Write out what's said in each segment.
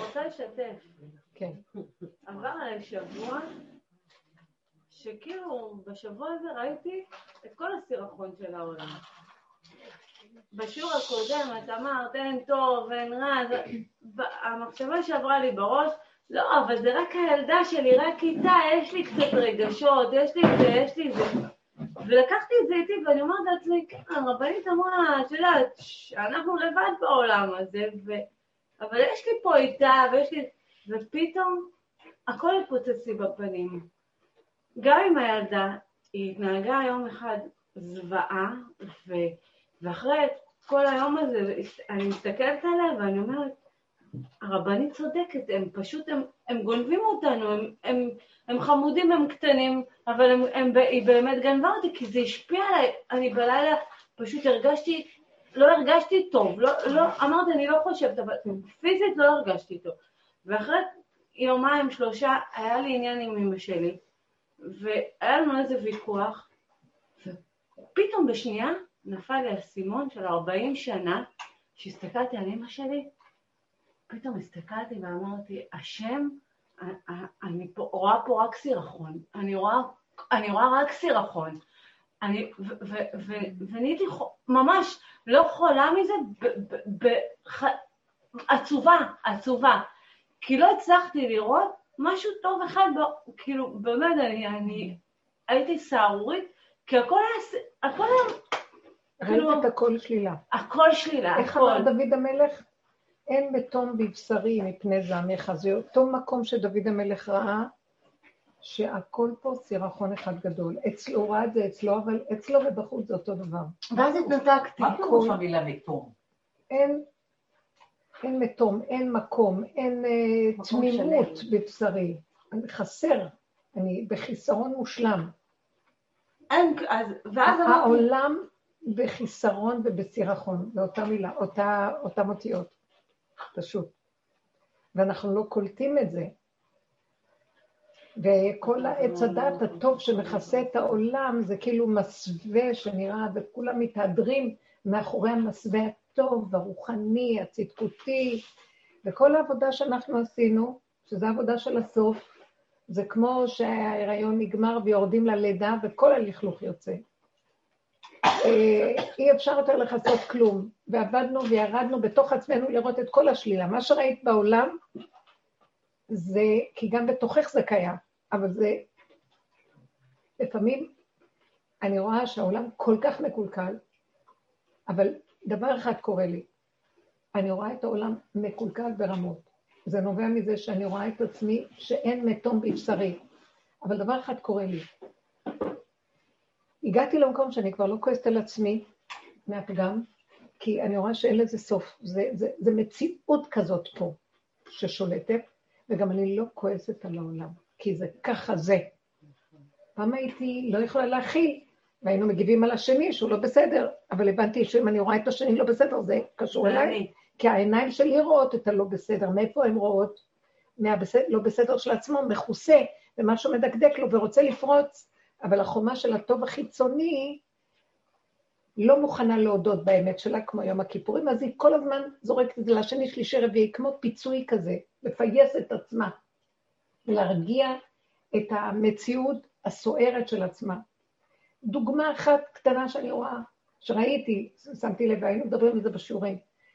רוצה לשתף. כן. עבר עליי שבוע, שכאילו בשבוע הזה ראיתי את כל הסירחון של העולם. בשיעור הקודם את אמרת אין טוב, אין רע, המחשבה שעברה לי בראש, לא, אבל זה רק הילדה שלי, רק איתה, יש לי קצת רגשות, יש לי זה, יש לי זה. ולקחתי את זה איתי ואני אומרת לעצמי, כן, הרבנית אמרה, את יודעת, אנחנו לבד בעולם הזה, אבל יש לי פה איתה, ופתאום הכל התפוצץ לי בפנים. גם עם הילדה, היא התנהגה יום אחד זוועה, ואחרי כל היום הזה, אני מסתכלת עליה ואני אומרת, הרבנית צודקת, הם גונבים אותנו, הם חמודים, הם קטנים, אבל היא באמת גנבה אותי, כי זה השפיע עליי. אני בלילה פשוט לא הרגשתי טוב, לא, אמרתי, אני לא חושבת, אבל פיזית לא הרגשתי טוב. ואחרי יומיים, 3, היה לי עניין עם אמא שלי, והיה לנו איזה ויכוח, ופתאום בשנייה נפל לי הסימון של 40 שנה, שהסתכלתי על אמא שלי, פתאום הסתכלתי ואמרתי, השם, אני רואה פה רק סירחון, אני רואה רק סירחון, ונהייתי ממש לא חולה מזה, עצובה, כי לא הצלחתי לראות משהו טוב אחד, כאילו באמת אני הייתי סערורית, כי הכל היה, ראית את הכל שלילה. הכל שלילה, איך אמר דוד המלך? אין מתום בבשרי מפני זעמך. זה אותו מקום שדוד המלך ראה, שהכל פה סירחון אחד גדול. אצלו ראה את זה אצלו, אבל אצלו ובחוץ זה אותו דבר. ואז התנתקתי. מה פירוש המילה מתום? אין מתום, אין מקום, אין תמימות בבשרי. אני חסר, אני בחיסרון מושלם. העולם בחיסרון ובסירחון, באותה מילה, אותם אותיות. פשוט. ואנחנו לא קולטים את זה. וכל העץ הדת הטוב שמכסה את העולם, זה כאילו מסווה שנראה, וכולם מתהדרים מאחורי המסווה הטוב, הרוחני, הצדקותי, וכל העבודה שאנחנו עשינו, שזו העבודה של הסוף, זה כמו שההיריון נגמר ויורדים ללידה, וכל הלכלוך יוצא. אי אפשר יותר לחסות כלום, ועבדנו וירדנו בתוך עצמנו לראות את כל השלילה. מה שראית בעולם, זה, כי גם בתוכך זה קיים, אבל זה, לפעמים אני רואה שהעולם כל כך מקולקל, אבל דבר אחד קורה לי, אני רואה את העולם מקולקל ברמות. זה נובע מזה שאני רואה את עצמי שאין מתום בבשרי, אבל דבר אחד קורה לי. הגעתי למקום שאני כבר לא כועסת על עצמי מהפגם, כי אני רואה שאין לזה סוף. זה מציאות כזאת פה ששולטת, וגם אני לא כועסת על העולם, כי זה ככה זה. פעם הייתי לא יכולה להכיל, והיינו מגיבים על השני שהוא לא בסדר, אבל הבנתי שאם אני רואה את השני לא בסדר, זה קשור אליי, כי העיניים שלי רואות את הלא בסדר. מאיפה הן רואות? לא בסדר של עצמו, מכוסה, ומשהו מדקדק לו ורוצה לפרוץ, אבל החומה של הטוב החיצוני לא מוכנה להודות באמת שלה כמו יום הכיפורים, אז היא כל הזמן זורקת את זה לשני, שלישי, רביעי, כמו פיצוי כזה, לפייס את עצמה, להרגיע את המציאות הסוערת של עצמה. דוגמה אחת קטנה שאני רואה, שראיתי, שמתי לב, והיינו מדברים על זה בשיעורים,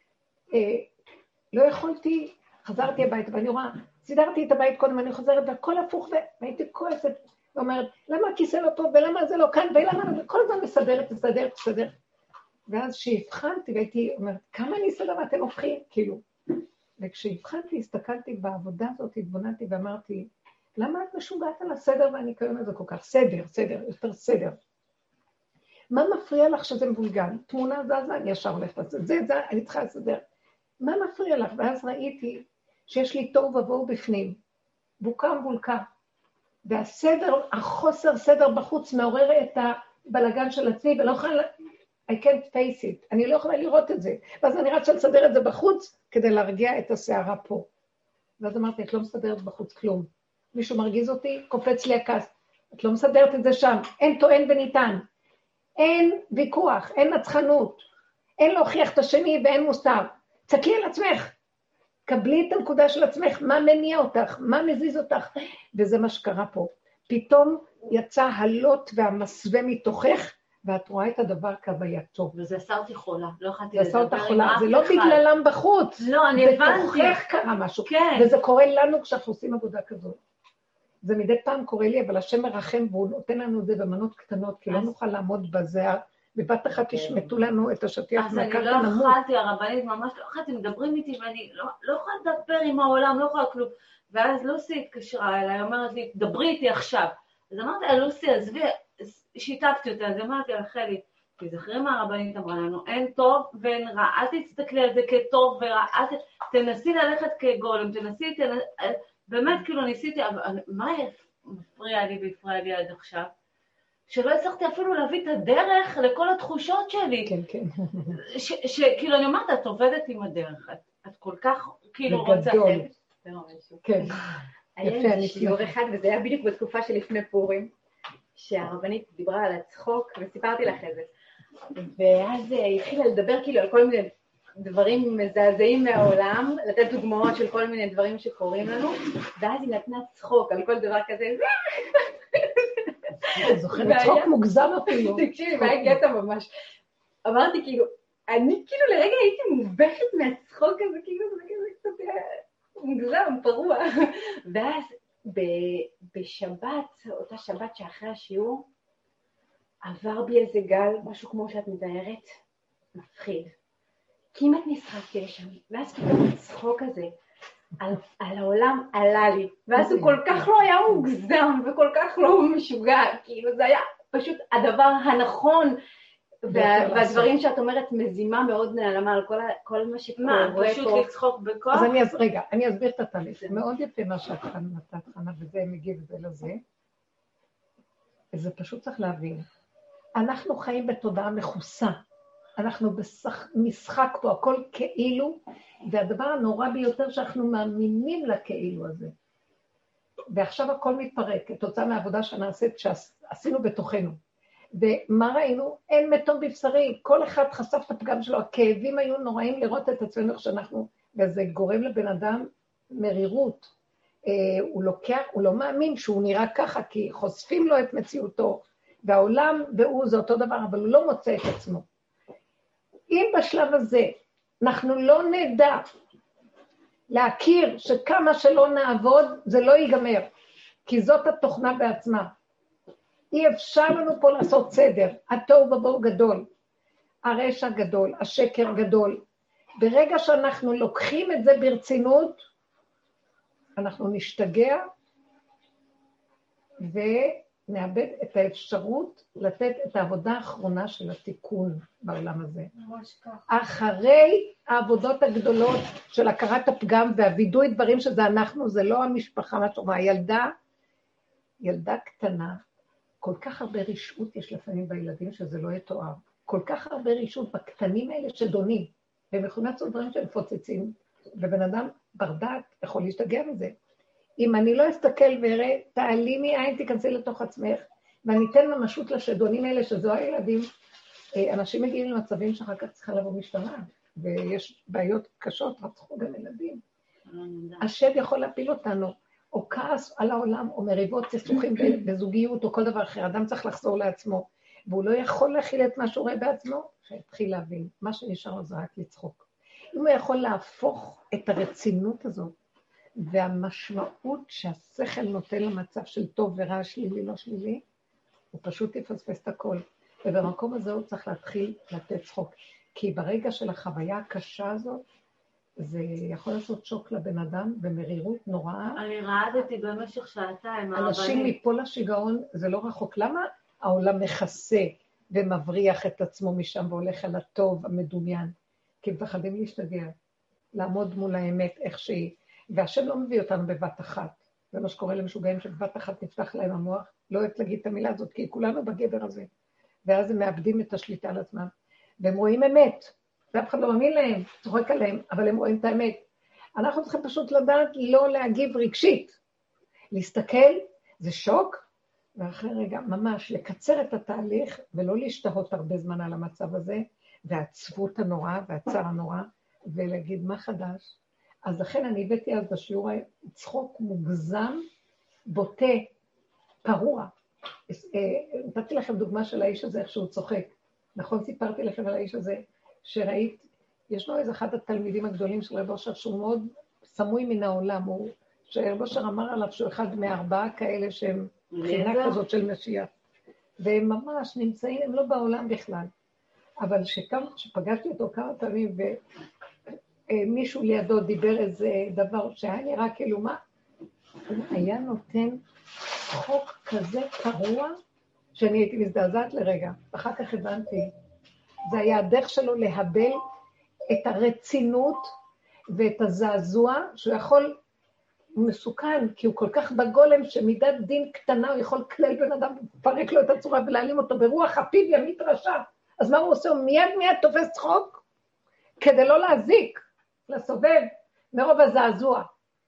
לא יכולתי, חזרתי הביתה, ואני רואה, סידרתי את הבית קודם, אני חוזרת, והכל הפוך, והייתי כועסת, ואומרת, למה הכיסא לא פה, ולמה זה לא כאן, ולמה, וכל הזמן מסדרת. ואז שהבחנתי, והייתי אומרת, כמה אני אסדר, ואתם הופכים, כאילו. וכשהבחנתי, הסתכלתי בעבודה הזאת, התבוננתי ואמרתי, למה את משוגעת על הסדר, ואני קוראים לזה כל כך, סדר, יותר סדר. מה מפריע לך שזה מבולגן? תמונה זזה, אני ישר הולכת לעשות, זה, אני צריכה לסדר. מה מפריע לך? ואז ראיתי שיש לי תוהו ובוהו בפנים, בוקה מבולקה. והסדר, החוסר סדר בחוץ מעורר את הבלגן של עצמי, ולא יכולה, I can't face it, אני לא יכולה לראות את זה. ואז אני רצה לסדר את זה בחוץ, כדי להרגיע את השערה פה. ואז אמרתי, את לא מסדרת בחוץ כלום. מישהו מרגיז אותי, קופץ לי הכעס. את לא מסדרת את זה שם, אין טוען וניתן. אין ויכוח, אין נצחנות. אין להוכיח את השני ואין מוסר. תסתכלי על עצמך. קבלי את הנקודה של עצמך, מה מניע אותך, מה מזיז אותך, וזה מה שקרה פה. פתאום יצא הלוט והמסווה מתוכך, ואת רואה את הדבר כהווייתו. וזה עשה אותי חולה, לא יכולתי לדבר עם אף אחד. זה לא בגללם בחוץ. לא, אני הבנתי. בתוכך קרה משהו. כן. וזה קורה לנו כשאנחנו עושים עבודה כזאת. זה מדי פעם קורה לי, אבל השם מרחם, והוא נותן לנו את זה במנות קטנות, כי לא נוכל לעמוד בזה, בבת אחת תשמטו לנו את השטיח מהקרקע נמות. אז אני לא יכולתי, הרבנית ממש לא יכולתי, מדברים איתי ואני לא יכולה לדבר עם העולם, לא יכולה כלום. ואז לוסי התקשרה אליי, אומרת לי, דברי איתי עכשיו. אז אמרתי לה, לוסי, עזבי, שיתפתי אותה, אז אמרתי לה, חלי, תזכרי מה הרבנית אמרה לנו, אין טוב ואין רע, אל תסתכלי על זה כטוב ורע, תנסי ללכת כגולם, באמת כאילו ניסיתי, אבל מה מפריע לי והפריע לי עד עכשיו? שלא הצלחתי אפילו להביא את הדרך לכל התחושות שלי. כן, כן. שכאילו אני אומרת, את עובדת עם הדרך, את כל כך כאילו רוצה... בגדול. כן. היה איזה שיעור אחד, וזה היה בדיוק בתקופה שלפני פורים, שהרבנית דיברה על הצחוק, וסיפרתי לך את זה. ואז היא התחילה לדבר כאילו על כל מיני דברים מזעזעים מהעולם, לתת דוגמאות של כל מיני דברים שקורים לנו, ואז היא נתנה צחוק על כל דבר כזה. זוכרת צחוק מוגזם אפילו. תקשיבי, והיה קטע ממש. אמרתי כאילו, אני כאילו לרגע הייתי מובכת מהצחוק הזה, כאילו זה כזה קצת מוגזם, פרוע. ואז בשבת, אותה שבת שאחרי השיעור, עבר בי איזה גל, משהו כמו שאת מתארת, מפחיד. כמעט נשחקתי לשם, ואז פתאום הצחוק הזה על העולם עלה לי, ואז הוא כל כך לא היה מוגזם וכל כך לא משוגע, כאילו זה היה פשוט הדבר הנכון, והדברים שאת אומרת מזימה מאוד נעלמה על כל מה שקורה פה. פשוט לצחוק בכוח? אז אני אסביר את התהליך, זה מאוד יפה מה שאת נתת חנה, וזה מגיב זה לזה, וזה פשוט צריך להבין, אנחנו חיים בתודעה מכוסה, אנחנו במשחק פה, הכל כאילו, והדבר הנורא ביותר שאנחנו מאמינים לכאילו הזה. ועכשיו הכל מתפרק, כתוצאה מהעבודה שנעשית, שעשינו בתוכנו. ומה ראינו? אין מתום בבשרי, כל אחד חשף את הפגם שלו, הכאבים היו נוראים לראות את עצמנו איך שאנחנו, וזה גורם לבן אדם מרירות. הוא לא מאמין שהוא נראה ככה, כי חושפים לו את מציאותו, והעולם והוא זה אותו דבר, אבל הוא לא מוצא את עצמו. אם בשלב הזה אנחנו לא נדע להכיר שכמה שלא נעבוד, זה לא ייגמר, כי זאת התוכנה בעצמה. אי אפשר לנו פה לעשות סדר, התוהו ובוהו גדול, הרשע גדול, השקר גדול. ברגע שאנחנו לוקחים את זה ברצינות, אנחנו נשתגע ונאבד את האפשרות לתת את העבודה האחרונה של התיקון בעולם הזה. אחרי העבודות הגדולות של הכרת הפגם והווידוי דברים שזה אנחנו, זה לא המשפחה, ילדה קטנה, כל כך הרבה רשעות יש לפעמים בילדים שזה לא יתואר. כל כך הרבה רשעות בקטנים האלה שדונים, והם יכולים לעשות דברים שמפוצצים, ובן אדם ברדעת יכול להשתגע מזה. אם אני לא אסתכל ואראה, תעלימי עין, תיכנסי לתוך עצמך, ואני אתן ממשות לשדונים האלה, שזו הילדים, אנשים מגיעים למצבים שאחר כך צריכה לבוא משטרה, ויש בעיות קשות, רצחו גם ילדים. השד יכול להפיל אותנו, או כעס על העולם, או מריבות, סכסוכים בזוגיות, או כל דבר אחר. אדם צריך לחזור לעצמו, והוא לא יכול להכיל את מה שהוא רואה בעצמו, שיתחיל להבין. מה שנשאר לו זה רק לצחוק. אם הוא יכול להפוך את הרצינות הזאת, והמשמעות שהשכל נותן למצב של טוב ורע, שלילי, לא שלילי, הוא פשוט יפספס את הכל. ובמקום הזה הוא צריך להתחיל לתת צחוק. כי ברגע של החוויה הקשה הזאת, זה יכול לעשות שוק לבן אדם במרירות נוראה. אני רעדתי במשך שעתיים. אנשים מפה לשיגעון, זה לא רחוק. למה העולם מכסה ומבריח את עצמו משם והולך על הטוב המדומיין? כי מפחדים להשתגע, לעמוד מול האמת איך שהיא. והשם לא מביא אותנו בבת אחת. זה מה שקורה למשוגעים שבבת אחת נפתח להם המוח. לא אוהבת להגיד את המילה הזאת, כי כולנו בגדר הזה. ואז הם מאבדים את השליטה על עצמם. והם רואים אמת. ואף אחד לא מאמין להם, צוחק עליהם, אבל הם רואים את האמת. אנחנו צריכים פשוט לדעת לא להגיב רגשית. להסתכל, זה שוק, ואחרי רגע ממש לקצר את התהליך, ולא להשתהות הרבה זמן על המצב הזה, והעצבות הנורא והצער הנורא, ולהגיד מה חדש. אז לכן אני הבאתי אז בשיעור צחוק מוגזם, בוטה, פרוע. נתתי לכם דוגמה של האיש הזה, איך שהוא צוחק. נכון, סיפרתי לכם על האיש הזה, שראית, ישנו איזה אחד התלמידים הגדולים של רב אושר, שהוא מאוד סמוי מן העולם, שרב אושר אמר עליו שהוא אחד מארבעה כאלה שהם בחינה כזאת של משיח. והם ממש נמצאים, הם לא בעולם בכלל. אבל שפגשתי אותו כמה פעמים, ומישהו לידו דיבר איזה דבר שהיה נראה כאילו מה, היה נותן חוק כזה קרוע, שאני הייתי מזדעזעת לרגע. אחר כך הבנתי, זה היה הדרך שלו להבל את הרצינות ואת הזעזוע, שהוא יכול, הוא מסוכן, כי הוא כל כך בגולם שמידת דין קטנה, הוא יכול כלל בן אדם, פרק לו את הצורה ולהעלים אותו ברוח הפיו ימית רשע. אז מה הוא עושה? הוא מיד תופס צחוק, כדי לא להזיק, לסובב, מרוב הזעזוע.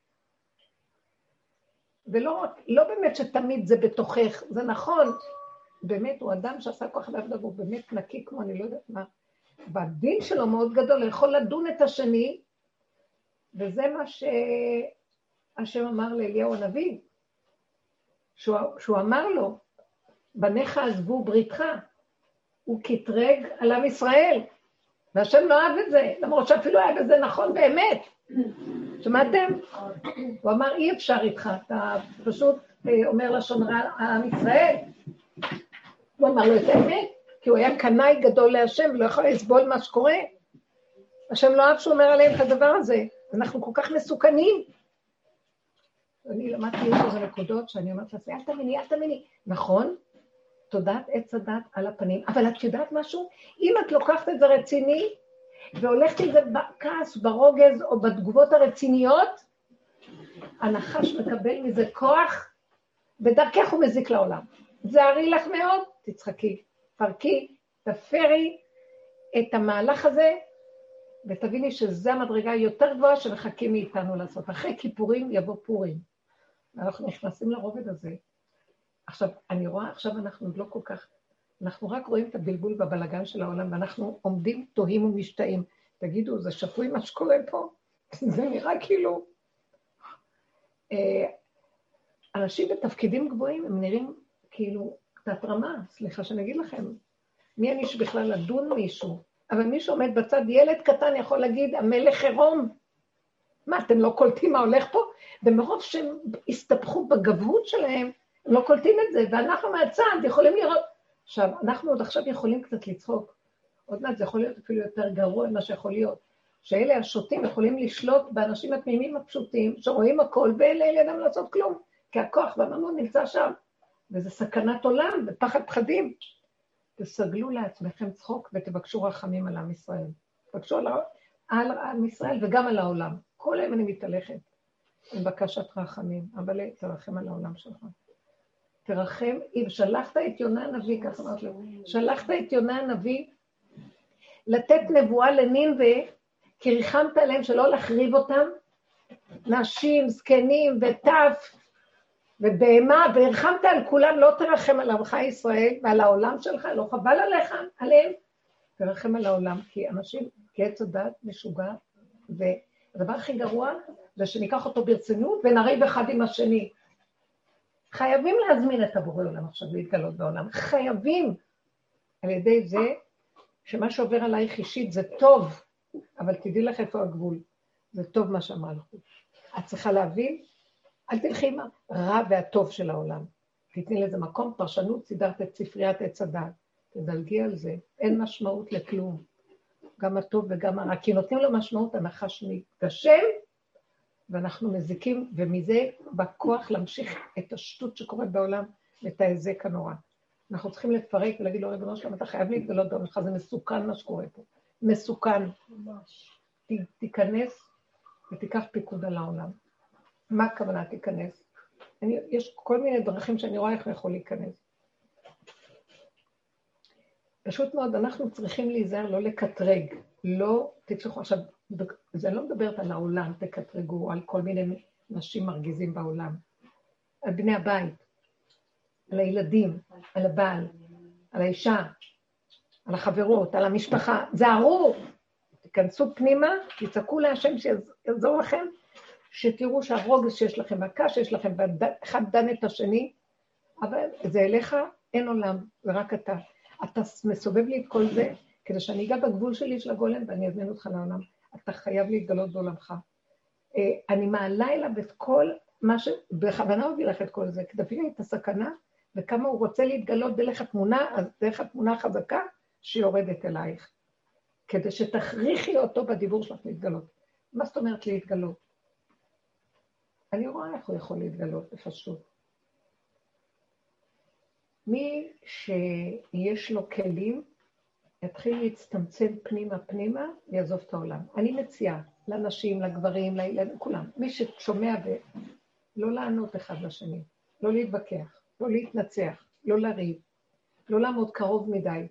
ולא באמת שתמיד זה בתוכך, זה נכון, באמת הוא אדם שעשה כוח לעבודה, והוא באמת נקי כמו אני לא יודעת מה, והדין שלו מאוד גדול, יכול לדון את השני, וזה מה שהשם אמר לאליהו הנביא, שהוא אמר לו, בניך עזבו בריתך, הוא קטרג על עם ישראל, והשם לא אהב את זה, למרות שאפילו היה בזה נכון באמת. שמעתם? הוא אמר, אי אפשר איתך, אתה פשוט אומר לשון רע עם ישראל. הוא אמר לו את האמת, כי הוא היה קנאי גדול להשם, ולא יכול לסבול מה שקורה. השם לא אהב שהוא אומר עליהם את הדבר הזה, אנחנו כל כך מסוכנים. אני למדתי איזה נקודות שאני אומרת לעצמי, אל תמיני. נכון? תודעת עץ הדת על הפנים, אבל את יודעת משהו? אם את לוקחת את זה רציני, והולכת עם זה בכעס, ברוגז, או בתגובות הרציניות, הנחש מקבל מזה כוח, בדרכך הוא מזיק לעולם. זהרי לך מאוד, תצחקי, פרקי, תפרי את המהלך הזה, ותביני שזו המדרגה יותר גבוהה שמחכים מאיתנו לעשות. אחרי כיפורים יבוא פורים. אנחנו נכנסים לרובד הזה. עכשיו, אני רואה, עכשיו אנחנו עוד לא כל כך, אנחנו רק רואים את הבלבול בבלגן של העולם, ואנחנו עומדים, תוהים ומשתאים. תגידו, זה שפוי מה שקורה פה? זה נראה כאילו... אנשים בתפקידים גבוהים, הם נראים כאילו, קצת רמה, סליחה שאני אגיד לכם, מי אני שבכלל לדון מישהו? אבל מי שעומד בצד, ילד קטן יכול להגיד, המלך עירום. מה, אתם לא קולטים מה הולך פה? ומרוב שהם הסתבכו בגבהות שלהם, הם לא קולטים את זה, ואנחנו מהצד יכולים לראות... עכשיו, אנחנו עוד עכשיו יכולים קצת לצחוק. עוד מעט זה יכול להיות אפילו יותר גרוע ממה שיכול להיות. שאלה השוטים יכולים לשלוט באנשים התמימים הפשוטים, שרואים הכל, ואלה ידם לעשות כלום. כי הכוח והממון נמצא שם. וזה סכנת עולם, ופחד פחדים. תסגלו לעצמכם צחוק ותבקשו רחמים על עם ישראל. תבקשו על עם ישראל וגם על העולם. כל היום אני מתהלכת עם בקשת רחמים, אבל תרחם על העולם שלך. תרחם, אם שלחת את יונה הנביא, כך אמרת לו, שלחת את יונה הנביא לתת נבואה לנינווה, כי ריחמת עליהם שלא להחריב אותם, נשים, זקנים וטף ובהמה, והרחמת על כולם, לא תרחם על עמך ישראל ועל העולם שלך, לא חבל עליך, עליהם, תרחם על העולם, כי אנשים כעץ הדת משוגע, והדבר הכי גרוע זה שניקח אותו ברצינות ונריב אחד עם השני. חייבים להזמין את הבורא עולם עכשיו להתגלות בעולם, חייבים על ידי זה שמה שעובר עלייך אישית זה טוב, אבל תדעי לך איפה הגבול, זה טוב מה שאמר לך. את צריכה להבין, אל תלכי עם הרע והטוב של העולם, תתני לזה מקום, פרשנות, סידרת את ספריית עץ הדת, תדלגי על זה, אין משמעות לכלום, גם הטוב וגם הרע, כי נותנים לו משמעות, הנחש מתגשם, ואנחנו מזיקים, ומזה בכוח להמשיך את השטות שקורית בעולם, ואת ההזק הנורא. אנחנו צריכים לפרק ולהגיד לו, ריבונו שלום, אתה חייב להתגלות בעולמך, זה מסוכן מה שקורה פה. מסוכן. תיכנס ותיקח פיקוד על העולם. מה הכוונה תיכנס? יש כל מיני דרכים שאני רואה איך יכול להיכנס. פשוט מאוד, אנחנו צריכים להיזהר, לא לקטרג, לא תצליחו. עכשיו, זה לא מדברת על העולם, תקטרגו, על כל מיני נשים מרגיזים בעולם, על בני הבית, על הילדים, על הבעל, על האישה, על החברות, על המשפחה. זהרו, תיכנסו פנימה, תצעקו להשם שיעזור לכם, שתראו שהרוגז שיש לכם, הקש שיש לכם, ואחד דן את השני, אבל זה אליך, אין עולם, זה רק אתה. אתה מסובב לי את כל זה, כדי שאני אגע בגבול שלי של הגולם, ואני אזמין אותך לעולם. אתה חייב להתגלות בעולמך. אני מעלה אליו את כל מה בכוונה הוביל לך את כל זה, כדי להבין את הסכנה, וכמה הוא רוצה להתגלות דרך התמונה, אז דרך התמונה החזקה, שיורדת אלייך. כדי שתכריחי אותו בדיבור שלך להתגלות. מה זאת אומרת להתגלות? אני רואה איך הוא יכול להתגלות, בפשוט. מי שיש לו כלים, יתחיל להצטמצם פנימה, ויעזוב את העולם. אני מציעה לאנשים, לגברים, לילדים, כולם. מי ששומע ולא לענות אחד לשני, לא להתווכח, לא להתנצח, לא לריב, לא לעמוד קרוב מדי.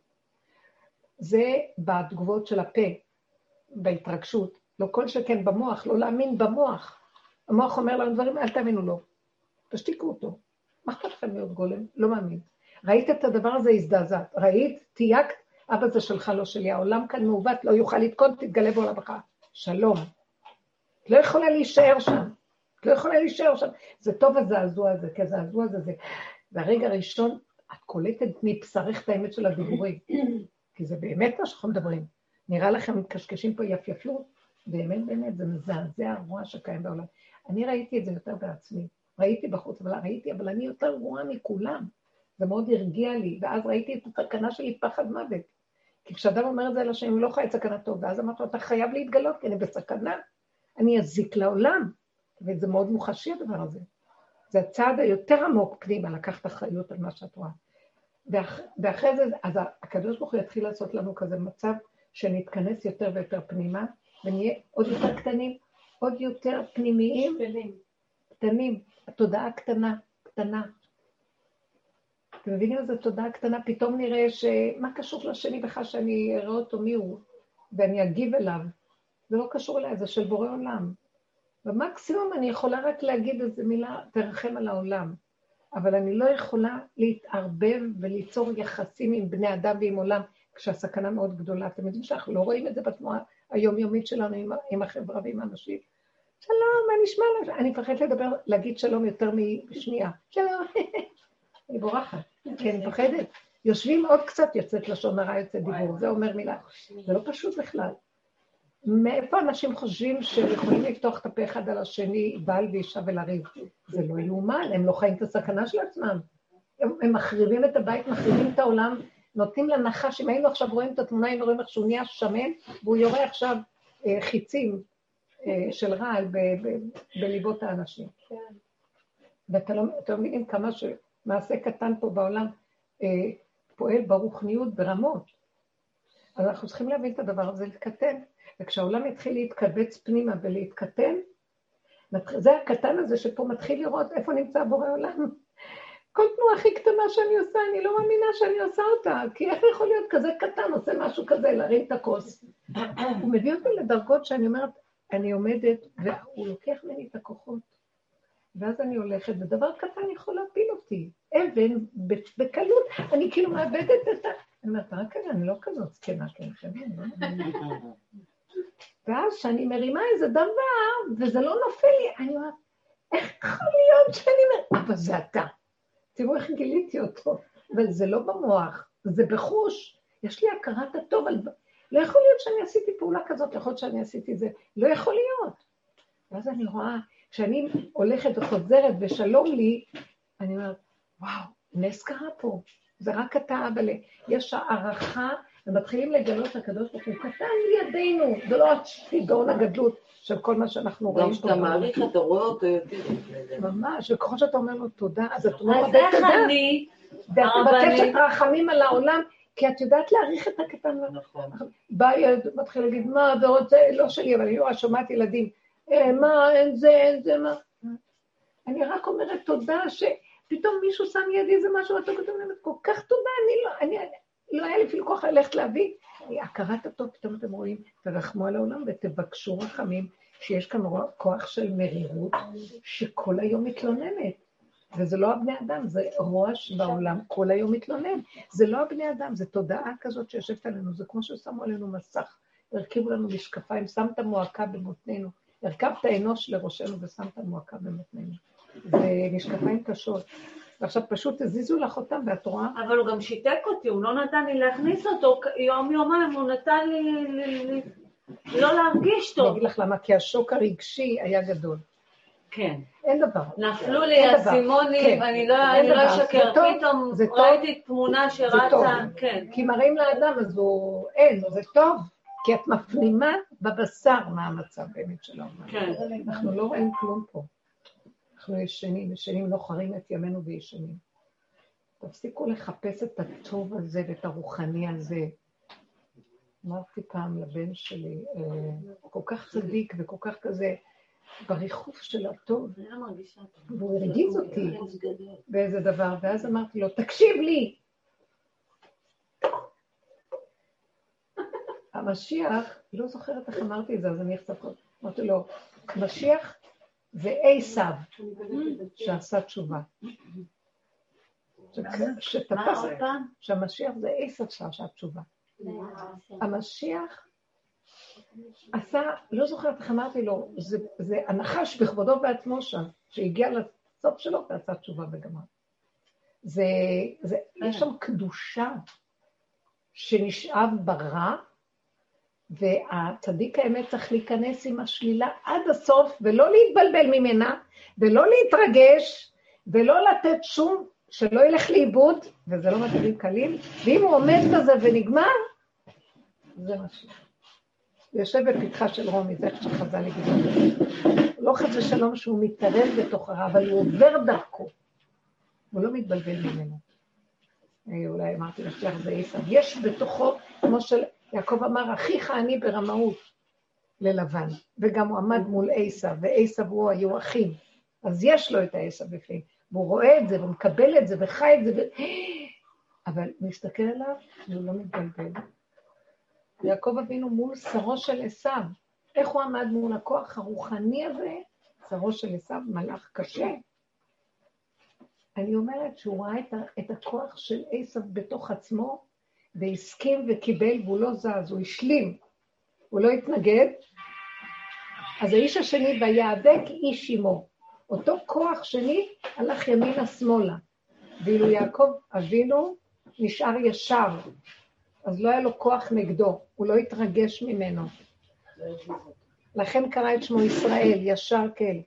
זה בתגובות של הפה, בהתרגשות. לא כל שכן במוח, לא להאמין במוח. המוח אומר לנו דברים, אל תאמינו לו. תשתיקו אותו. מה אכפת לכם להיות גולם? לא מאמין. ראית את הדבר הזה, הזדעזעת. ראית, תייקת, אבא זה שלך, לא שלי. העולם כאן מעוות, לא יוכל לתקון, תתגלה בעולמך. שלום. את לא יכולה להישאר שם. את לא יכולה להישאר שם. זה טוב הזעזוע הזה, כי הזעזוע הזה זה... והרגע הראשון, את קולטת מבשרך את האמת של הדיבורים. כי זה באמת מה שאנחנו מדברים. נראה לכם קשקשים פה יפייפות, באמת, זה מזעזע הרוע שקיים בעולם. אני ראיתי את זה יותר בעצמי. ראיתי בחוץ, אבל אני יותר גרועה מכולם. זה מאוד הרגיע לי, ואז ראיתי את התקנה שלי פחד מוות. כי כשאדם אומר את זה על השם, הוא לא חי את סכנה טוב, ואז אמרתי לו, אתה חייב להתגלות, כי אני בסכנה, אני אזיק לעולם. וזה מאוד מוחשי הדבר הזה. זה הצעד היותר עמוק פנימה, לקחת אחריות על מה שאת רואה. ואחרי זה, אז הקדוש ברוך הוא יתחיל לעשות לנו כזה מצב, שנתכנס יותר ויותר פנימה, ונהיה עוד יותר קטנים, עוד יותר פנימיים, קטנים, התודעה קטנה. אתם מבינים איזו תודעה קטנה? פתאום נראה שמה קשור לשני בכלל שאני אראה אותו מי הוא, ואני אגיב אליו. זה לא קשור אליי, זה של בורא עולם. במקסימום אני יכולה רק להגיד איזו מילה, תרחם על העולם. אבל אני לא יכולה להתערבב וליצור יחסים עם בני אדם ועם עולם, כשהסכנה מאוד גדולה. אתם יודעים שאנחנו לא רואים את זה בתנועה היומיומית שלנו עם החברה ועם האנשים. שלום, מה נשמע לך? אני מפחדת להגיד שלום יותר משנייה. שלום. אני בורחת, כי אני מפחדת. יושבים עוד קצת, יוצאת לשון הרע, יוצאת דיבור, זה אומר מילה. זה לא פשוט בכלל. מאיפה אנשים חושבים שהם יכולים לפתוח את הפה אחד על השני, בעל ואישה ולריב? זה לא יאומן, הם לא חיים את הסכנה של עצמם. הם מחריבים את הבית, מחריבים את העולם, נותנים לנחש, אם היינו עכשיו רואים את התמונה, היינו רואים איך שהוא נהיה שמן, והוא יורה עכשיו חיצים של רעל בליבות האנשים. ואתם לא מבינים כמה שמעשה קטן פה בעולם פועל ברוחניות ברמות. אז אנחנו צריכים להבין את הדבר הזה, להתקטן. וכשהעולם יתחיל להתקבץ פנימה ולהתקטן, זה הקטן הזה שפה מתחיל לראות איפה נמצא בורא עולם. כל תנועה הכי קטנה שאני עושה, אני לא מאמינה שאני עושה אותה, כי איך יכול להיות כזה קטן, עושה משהו כזה, להרים את הכוס. הוא מביא אותי לדרגות שאני אומרת, אני עומדת, והוא לוקח ממני את הכוחות. ואז אני הולכת, ודבר קטן יכול להפיל אותי. אבן, בקלות, אני כאילו מאבדת את ה... אני אומרת, רק אני לא כזאת זקנה כלכם. ואז שאני מרימה איזה דבר, וזה לא נופל לי, אני אומרת, איך יכול להיות שאני אומרת, אבל זה אתה. תראו איך גיליתי אותו. אבל זה לא במוח, זה בחוש. יש לי הכרת הטוב, אבל לא יכול להיות שאני עשיתי פעולה כזאת, יכול להיות שאני עשיתי זה. לא יכול להיות. ואז אני רואה, כשאני הולכת וחוזרת ושלום לי, אני אומרת, וואו, נס קרה פה. זה רק אתה, אבל יש הערכה, ומתחילים לגלות הקדוש ברוך הוא קטן לידינו, זה לא השיגעון הגדלות של כל מה שאנחנו רואים. גם שאתה מעריך, אתה רואה אותו יותר. ממש, וככל שאתה אומר לו תודה, אז אתה אומר אז הרבה איך תודה. אני, ואת מבקשת רחמים על העולם, כי את יודעת להעריך את הקטן. נכון. בא ילד, מתחיל להגיד, מה, ועוד זה לא שלי, אבל אני רואה, שומעת ילדים, מה, אין זה, מה. אני רק אומרת תודה שפתאום מישהו שם ידי איזה משהו, אתה כותב להם, כל כך תודה, אני לא היה לי אפילו כוח ללכת להביא. הכרת הטוב, פתאום אתם רואים, תרחמו על העולם ותבקשו רחמים, שיש כאן כוח של מרירות, שכל היום מתלוננת. וזה לא הבני אדם, זה רוע שבעולם כל היום מתלונן. זה לא הבני אדם, זה תודעה כזאת שיושבת עלינו, זה כמו ששמו עלינו מסך הרכיבו לנו משקפיים, שמת מועקה במותנינו, הרכבת אנוש לראשנו ושמת מועקה במותנינו. זה משקפיים קשות. ועכשיו פשוט הזיזו לך אותם, ואת רואה... אבל הוא גם שיתק אותי, הוא לא נתן לי להכניס אותו, יום-יומיים הוא נתן לי לא להרגיש טוב. אני אגיד לך למה, כי השוק הרגשי היה גדול. כן. אין דבר. נפלו לי הסימונים, אני לא אשקר, פתאום ראיתי תמונה שרצה, כן. כי מראים לאדם, אז הוא אין, זה טוב, כי את מפנימה בבשר מה המצב באמת של העולם. כן. אנחנו לא רואים כלום פה. אנחנו ישנים, נוחרים את ימינו וישנים. תפסיקו לחפש את הטוב הזה ואת הרוחני הזה. אמרתי פעם לבן שלי, כל כך צדיק וכל כך כזה, בריחוף של הטוב, והוא הרגיז אותי באיזה דבר, ואז אמרתי לו, תקשיב לי! המשיח, לא זוכרת איך אמרתי את זה, אז אני אחצת עוד, אמרתי לו, משיח זה עשיו שעשה תשובה. שתפס, שהמשיח זה עשיו שעשה תשובה. המשיח עשה, לא זוכרת איך אמרתי לו, זה הנחש בכבודו בעצמו שם, שהגיע לסוף שלו ועשה תשובה וגמר. יש שם קדושה שנשאב ברע, והצדיק האמת צריך להיכנס עם השלילה עד הסוף, ולא להתבלבל ממנה, ולא להתרגש, ולא לתת שום, שלא ילך לאיבוד, וזה לא מצבים קלים, ואם הוא עומד בזה ונגמר, זה משהו. יושב בפתחה של רומי, זה איך שחז"ל להגיד. לא חס ושלום שהוא מתערב בתוך הרע, אבל הוא עובר דרכו. הוא לא מתבלבל ממנו. אולי אמרתי לך, זה עשיו. יש בתוכו, כמו של יעקב אמר, אחיך אני ברמאות ללבן, וגם הוא עמד מול עשיו, ועשיו הוא היו אחים. אז יש לו את עשיו בפנים, והוא רואה את זה, והוא מקבל את זה, וחי את זה, אבל הוא מסתכל עליו, והוא לא מתבלבל. יעקב אבינו מול שרו של עשיו. איך הוא עמד מול הכוח הרוחני הזה? שרו של עשיו, מלאך קשה. אני אומרת שהוא ראה את הכוח של עשיו בתוך עצמו, והסכים וקיבל, והוא לא זז, הוא השלים, הוא לא התנגד. אז האיש השני ביעדק איש עמו. אותו כוח שני הלך ימינה שמאלה. ואילו יעקב אבינו נשאר ישר. אז לא היה לו כוח נגדו, הוא לא התרגש ממנו. לכן קרא את שמו ישראל, ישר כל.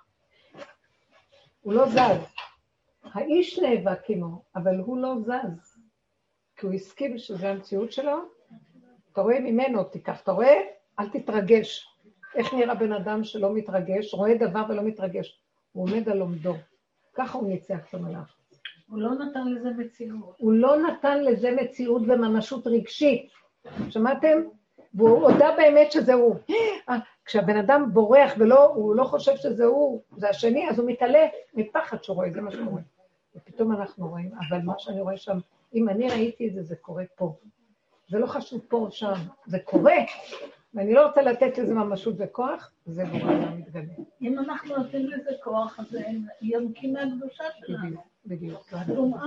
הוא לא זז. האיש נאבק עמו, אבל הוא לא זז. כי הוא הסכים שזה המציאות שלו. אתה רואה ממנו, תיקח, אתה רואה? אל תתרגש. איך נראה בן אדם שלא מתרגש? רואה דבר ולא מתרגש. הוא עומד על עומדו. ככה הוא ניצח את המלאך. הוא לא נתן לזה מציאות. הוא לא נתן לזה מציאות וממשות רגשית. שמעתם? והוא הודע באמת שזה הוא. כשהבן אדם בורח והוא לא חושב שזה הוא, זה השני, אז הוא מתעלה מפחד שרואה, זה מה שקורה. ופתאום אנחנו רואים, אבל מה שאני רואה שם, אם אני ראיתי את זה, זה קורה פה. זה לא חשוב פה או שם, זה קורה. ואני לא רוצה לתת לזה ממשות וכוח, זה בורא מתגלה. אם אנחנו נותנים לזה כוח, אז הם יונקים מהקדושה שלנו. בדיוק. טומאה.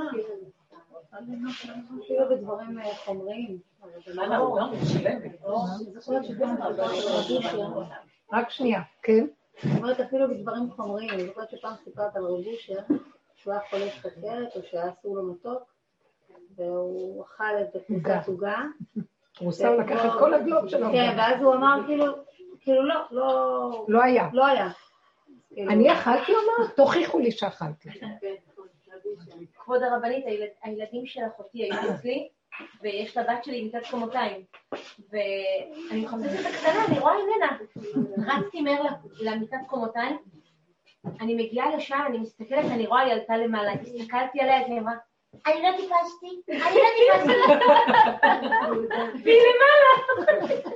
אפילו בדברים חומריים. רק שנייה, כן? זאת אומרת, אפילו בדברים חומריים. אני זוכרת שפעם סיפרת על רב אושר, שהוא היה חולה סוכרת, או שהיה אסור לו מתוק, והוא אכל את קבוצת עוגה. הוא עושה לקח את כל הגלוב שלו. כן, ואז הוא אמר כאילו לא היה. לא היה. אני אכלתי או מה? תוכיחו לי שאכלתי. כבוד הרבנית, הילדים של אחותי היו אצלי, ויש לבת שלי מיטת קומותיים, ואני מחפשת את הקטנה, אני רואה ממנה. רצתי מהר למיטת קומותיים, אני מגיעה לשם, אני מסתכלת, אני רואה, היא עלתה למעלה, הסתכלתי עליה, אז היא אמרה, אני לא ביקשתי. והיא למעלה.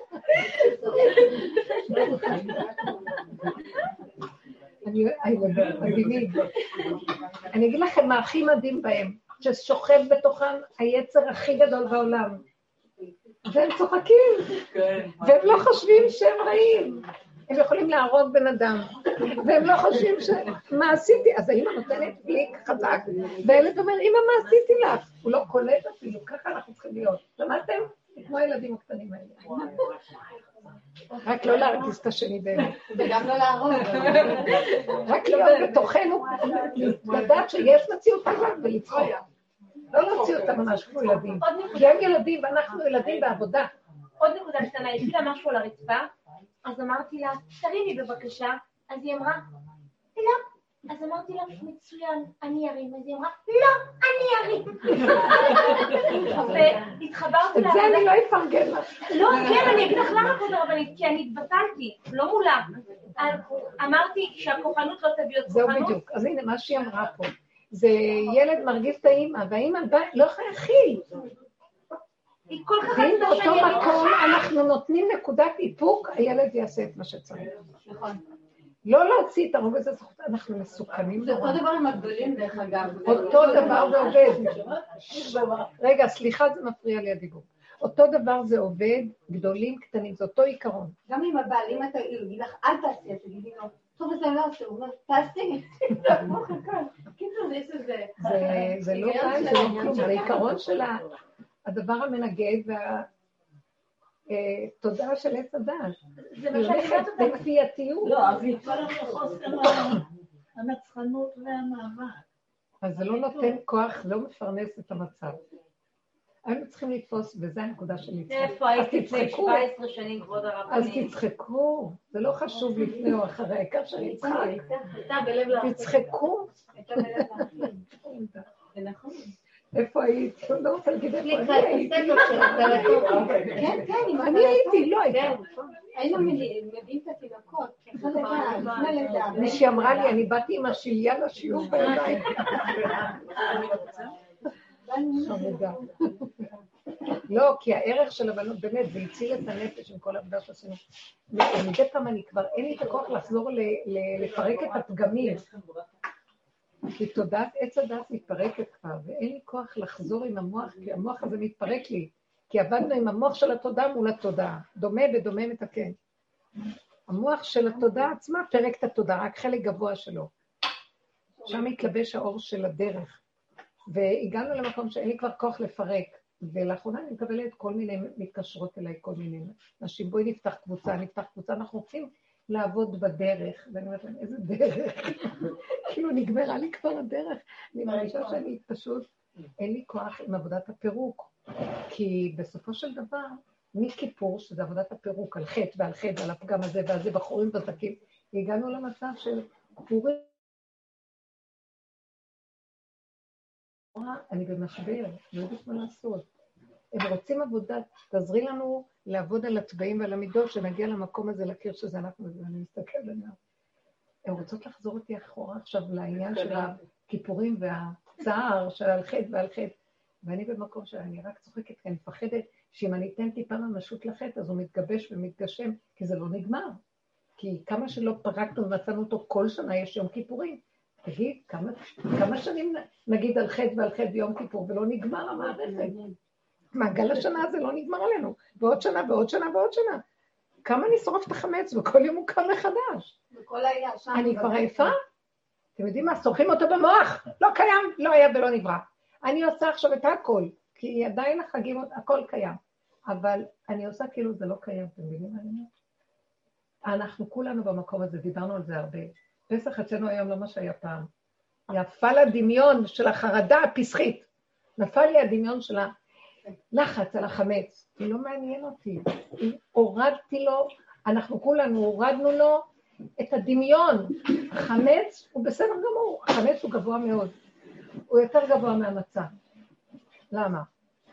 אני אגיד לכם מה הכי מדהים בהם, ששוכב בתוכם היצר הכי גדול בעולם. והם צוחקים, והם לא חושבים שהם רעים. הם יכולים להרוג בן אדם, והם לא חושבים מה עשיתי. אז האמא נותנת פליק חזק, והילד אומר, אמא, מה עשיתי לך? הוא לא קולט אפילו, ככה אנחנו צריכים להיות. שמעתם? כמו הילדים הקטנים האלה. רק לא להרגיז את השני באמת. וגם לא להרוג. רק להיות בתוכנו, לדעת שיש מציאות כזאת ולצחוק. לא להוציא אותם ממש כמו ילדים. כי הם ילדים ואנחנו ילדים בעבודה. עוד נקודה קטנה, יש לה משהו על הרצפה, אז אמרתי לה, תרימי בבקשה, אז היא אמרה, לא. אז אמרתי לה, מצוין, אני ארים. אז היא אמרה, לא, אני ארים. והתחברתי לה. את זה אני לא אפרגן לך. לא, כן, אני אגיד לך למה כבוד הרבנית, כי אני התבטלתי, לא מולה. אמרתי שהכוחנות לא תביא עוד כוחנות. זהו בדיוק. אז הנה, מה שהיא אמרה פה, זה ילד מרגיז את האמא, והאמא לא יכולה להכיל. היא כל כך ואם עצמה שאני... באותו מקום אנחנו נותנים נקודת איפוק, הילד יעשה את מה שצריך. נכון. לא להוציא את הרוגז הזכות, אנחנו מסוכנים. זה אותו דבר עם הגדולים דרך אגב. אותו דבר זה עובד. רגע, סליחה, זה מפריע לי הדיבור. אותו דבר זה עובד, גדולים, קטנים, זה אותו עיקרון. גם עם הבעל, אם אתה יגיד לך, אל תעשי, תגידי לו, טוב, זה לא עושה, הוא אומר, תעשי. קיצור, יש איזה... זה לא די, זה לא כלום, זה עיקרון של הדבר המנגד והתודעה של עץ הדעת. זה מה שאני אומרת אותה. בכפייתיות. לא, אז היא כבר חוסר הנצחנות והמאבק. אז זה לא נותן כוח, לא מפרנס את המצב. היינו צריכים לתפוס, וזו הנקודה של נצחק. איפה הייתי לפני 17 שנים, כבוד הרבנית? אז תצחקו, זה לא חשוב לפני או אחרי, העיקר שנצחק. הייתה בלב להפכים. תצחקו. הייתה בלב להפכים. זה נכון. איפה הייתי? לא רוצה להגיד איפה אני הייתי. כן, כן, אני הייתי, לא הייתה. היינו מביאים את התינוקות. מישהי אמרה לי, אני באתי עם השליה לשיעור בידיים. חמודה. לא, כי הערך של הבנות, באמת, זה הציל את הנפש עם כל העבודה שעשינו. מדי פעם אני כבר, אין לי את הכוח לחזור לפרק את הפגמים. כי תודעת עץ הדת מתפרקת כבר, ואין לי כוח לחזור עם המוח, כי המוח הזה מתפרק לי. כי עבדנו עם המוח של התודעה מול התודעה. דומה ודומה מתקן. המוח של התודעה עצמה פרק את התודעה, רק חלק גבוה שלו. שם מתלבש האור של הדרך. והגענו למקום שאין לי כבר כוח לפרק, ולאחרונה אני מקבלת כל מיני מתקשרות אליי, כל מיני נשים, בואי נפתח קבוצה, אנחנו רוצים לעבוד בדרך, ואני אומרת להם, איזה דרך? כאילו נגמרה לי כבר הדרך, אני מרגישה שאני פשוט, אין לי כוח עם עבודת הפירוק, כי בסופו של דבר, מכיפור, שזה עבודת הפירוק, על חטא ועל חטא ועל הפגם הזה ועל זה בחורים וזקים, הגענו למצב של פורים, אני במשבר, לא יודעת מה לעשות. הם רוצים עבודה, תעזרי לנו לעבוד על הצבעים ועל המידות, שנגיע למקום הזה, להכיר שזה אנחנו, ואני מסתכל עליהם. הם רוצות לחזור אותי אחורה עכשיו לעניין של הכיפורים והצער של על חטא ועל חטא. ואני במקום שאני רק צוחקת, כי אני מפחדת שאם אני אתן טיפה ממשות לחטא, אז הוא מתגבש ומתגשם, כי זה לא נגמר. כי כמה שלא פרקנו ומצאנו אותו כל שנה, יש יום כיפורים. תגיד, כמה שנים נגיד על חטא ועל חטא ביום כיפור, ולא נגמר המערכת. מעגל השנה הזה לא נגמר עלינו, ועוד שנה ועוד שנה ועוד שנה. כמה נשרוף את החמץ, וכל יום הוא קם מחדש. אני כבר עייפה? אתם יודעים מה? שורחים אותו במוח. לא קיים, לא היה ולא נברא. אני עושה עכשיו את הכל, כי עדיין החגים, הכל קיים. אבל אני עושה כאילו זה לא קיים, אתם מבינים מה אני אומרת? אנחנו כולנו במקום הזה, דיברנו על זה הרבה. פסח אצלנו היום לא מה שהיה פעם. נפל הדמיון של החרדה הפסחית. נפל לי הדמיון של הלחץ על החמץ. זה לא מעניין אותי. הורדתי לו, אנחנו כולנו הורדנו לו את הדמיון. החמץ הוא בסדר גמור. החמץ הוא גבוה מאוד. הוא יותר גבוה מהמצה. למה?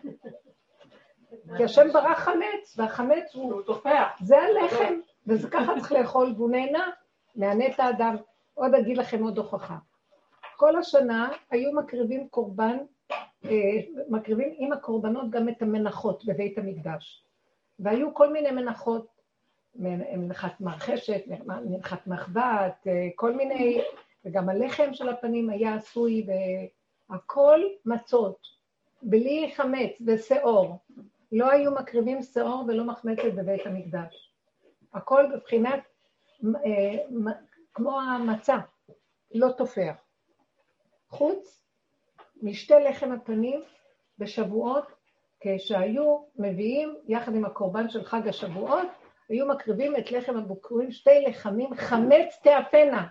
כי השם ברא חמץ, והחמץ הוא תופח. זה הלחם, וזה ככה צריך לאכול, והוא נהנה את האדם. עוד אגיד לכם עוד הוכחה. כל השנה היו מקריבים קורבן, מקריבים עם הקורבנות גם את המנחות בבית המקדש. והיו כל מיני מנחות, מנחת מרחשת, מנחת מחבת, כל מיני, וגם הלחם של הפנים היה עשוי, והכל מצות, בלי חמץ ושאור. לא היו מקריבים שאור ולא מחמצת בבית המקדש. הכל בבחינת, כמו המצה, לא תופח. חוץ משתי לחם הפנים בשבועות כשהיו מביאים, יחד עם הקורבן של חג השבועות, היו מקריבים את לחם הביקורים, 2 לחמים, חמץ תאפנה.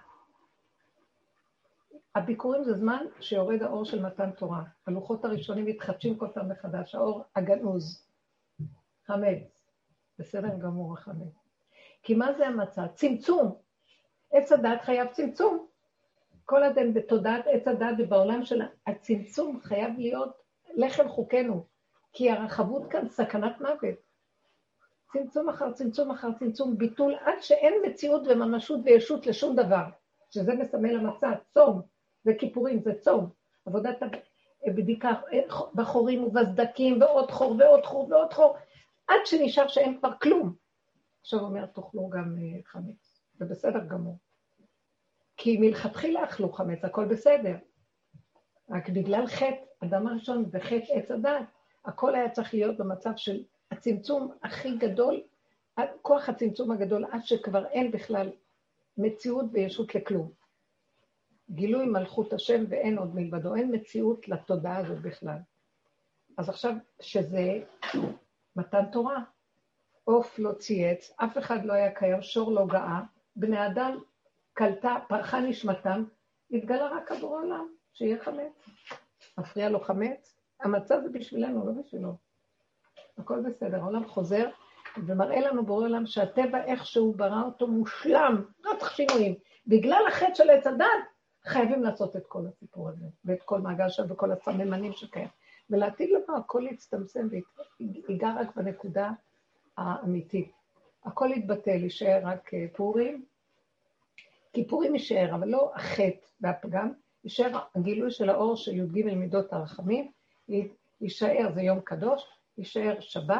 הביקורים זה זמן שיורד האור של מתן תורה. הלוחות הראשונים מתחדשים כל פעם מחדש, האור הגנוז. חמץ. בסדר גמור החמץ. כי מה זה המצע? צמצום. עץ הדת חייב צמצום. כל אדם בתודעת עץ הדת ובעולם של הצמצום חייב להיות לחם חוקנו. כי הרחבות כאן סכנת מוות. צמצום אחר צמצום אחר צמצום, ביטול עד שאין מציאות וממשות וישות לשום דבר. שזה מסמל המצע, צום. זה כיפורים, זה צום. עבודת הבדיקה בחורים ובסדקים ועוד חור ועוד חור ועוד חור. עד שנשאר שאין כבר כלום. עכשיו אומר, תאכלו גם חמץ. זה בסדר גמור. כי מלכתחילה אכלו חמץ, הכל בסדר. רק בגלל חטא, אדם הראשון וחטא עץ הדת, הכל היה צריך להיות במצב של הצמצום הכי גדול, כוח הצמצום הגדול, עד שכבר אין בכלל מציאות וישות לכלום. גילוי מלכות השם ואין עוד מלבדו, אין מציאות לתודעה הזאת בכלל. אז עכשיו שזה מתן תורה, עוף לא צייץ, אף אחד לא היה קיים, שור לא גאה, בני אדם קלטה, פרחה נשמתם, התגלה רק עבור העולם, שיהיה חמץ. מפריע לו חמץ, המצב זה בשבילנו, לא בשבילו. הכל בסדר, העולם חוזר, ומראה לנו בורא עולם שהטבע איכשהו ברא אותו מושלם, לא צריך שינויים. בגלל החטא של עץ הדת, חייבים לעשות את כל הסיפור הזה, ואת כל מעגל שם וכל הסממנים שקיים. ולעתיד לבוא, הכל יצטמצם ויגע רק בנקודה האמיתית. הכל יתבטל, יישאר רק פורים. כיפורים יישאר, אבל לא החטא והפגם, יישאר הגילוי של האור של י"ג מידות הרחמים, יישאר, זה יום קדוש, יישאר שבת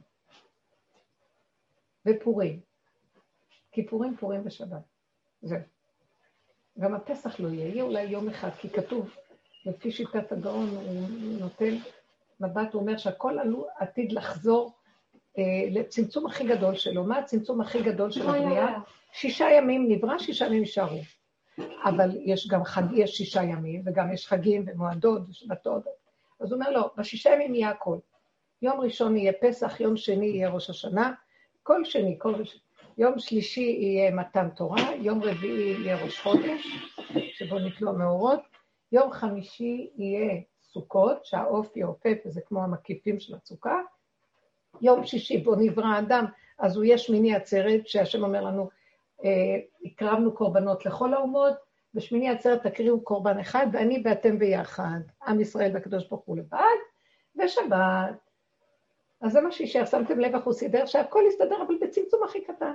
ופורים. כיפורים, פורים ושבת. זהו. גם הפסח לא יהיה אולי יום אחד, כי כתוב, לפי שיטת הגאון, הוא נותן מבט, הוא אומר שהכל עתיד לחזור לצמצום הכי גדול שלו. מה הצמצום הכי גדול של הבריאה? 6 ימים נברא, 6 ימים נשארו. אבל יש גם יש 6 ימים, וגם יש חגים ומועדות ושבתות. אז הוא אומר לו, ב6 ימים יהיה הכל. יום ראשון יהיה פסח, יום שני יהיה ראש השנה, כל שני, יום שלישי יהיה מתן תורה, יום רביעי יהיה ראש חודש, שבו נתלו המאורות, יום חמישי יהיה סוכות, שהאוף יעופף, וזה כמו המקיפים של הצוקה, יום שישי בו נברא האדם, אז הוא יש שמיני עצרת, שהשם אומר לנו, הקרבנו קורבנות לכל האומות, בשמיני עצרת תקריבו קורבן אחד, ואני ואתם ביחד, עם ישראל והקדוש ברוך הוא לבד, ושבת. אז זה מה שישאר, שמתם לב איך הוא סידר, שהכל יסתדר, אבל בצמצום הכי קטן.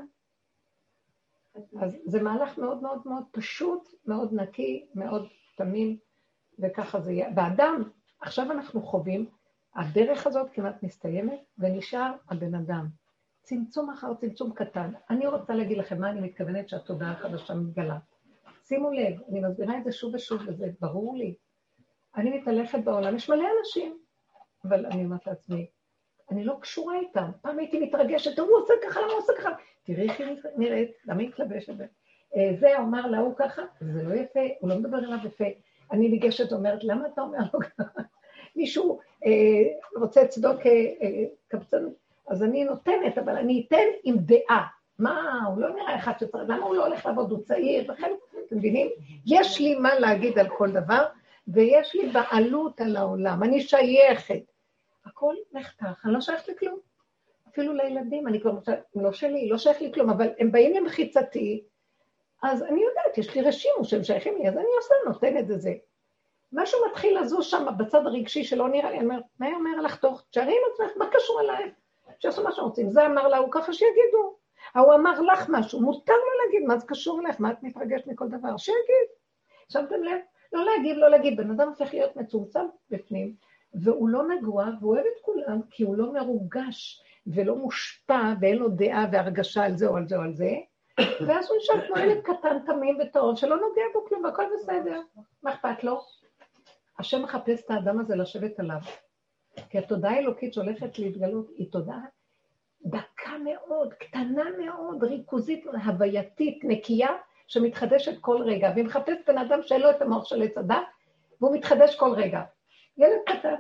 אז זה מהלך מאוד מאוד מאוד פשוט, מאוד נקי, מאוד תמים, וככה זה יהיה. באדם, עכשיו אנחנו חווים, הדרך הזאת כמעט מסתיימת, ונשאר הבן אדם. צמצום אחר צמצום קטן. אני רוצה להגיד לכם מה אני מתכוונת שהתודעה החדשה מתגלה. שימו לב, אני מסבירה את זה שוב ושוב, וזה ברור לי. אני מתהלכת בעולם, יש מלא אנשים, אבל אני אומרת לעצמי, אני לא קשורה איתם. פעם הייתי מתרגשת, הוא עושה ככה, למה הוא עושה ככה? תראי איך היא נראית, למה היא מתלבשת? זה אומר לה, הוא ככה, זה לא יפה, הוא לא מדבר אליו יפה. אני ניגשת ואומרת, למה אתה אומר לו ככה? מישהו רוצה צדוק קבצנות, אז אני נותנת, אבל אני אתן עם דעה. מה, הוא לא נראה אחד שצריך, למה הוא לא הולך לעבוד, הוא צעיר, וכן, אתם מבינים? יש לי מה להגיד על כל דבר, ויש לי בעלות על העולם, אני שייכת. הכל נחתך, אני לא שייכת לכלום. אפילו לילדים, אני כבר לא שלי, לא שייך לי כלום, אבל הם באים למחיצתי, אז אני יודעת, יש לי רשימו שהם שייכים לי, אז אני עושה, נותנת את זה. משהו מתחיל לזוז שם בצד הרגשי שלא נראה לי, אני אומרת, מה אומר לחתוך? תשארי עם עצמך, מה קשור אליי? שעשו מה שרוצים, זה אמר לה, הוא ככה שיגידו. הוא אמר לך משהו, מותר לו להגיד, מה זה קשור אליך? מה את מתרגשת מכל דבר? שיגיד. שמתם לב? לא להגיד, לא להגיד, בן אדם הופך להיות מצומצם בפנים, והוא לא נגוע, והוא אוהב את כולם, כי הוא לא מרוגש, ולא מושפע, ואין לו דעה והרגשה על זה או על זה או על זה, ואז הוא נשאר כמו ילד קטן, תמים וטהור, שלא נוגע בו כלום, והכל בסדר. מה אכפת לו? השם מחפש את האדם הזה לשבת עליו, כי התודעה האלוקית שהולכת להתגלות, היא תודעה דקה מאוד, קטנה מאוד, ריכוזית, הווייתית, נקייה, שמתחדשת כל רגע, והיא מחפש בן אדם שאין לו את המוח של עץ הדת, והוא מתחדש כל רגע. ילד קטן,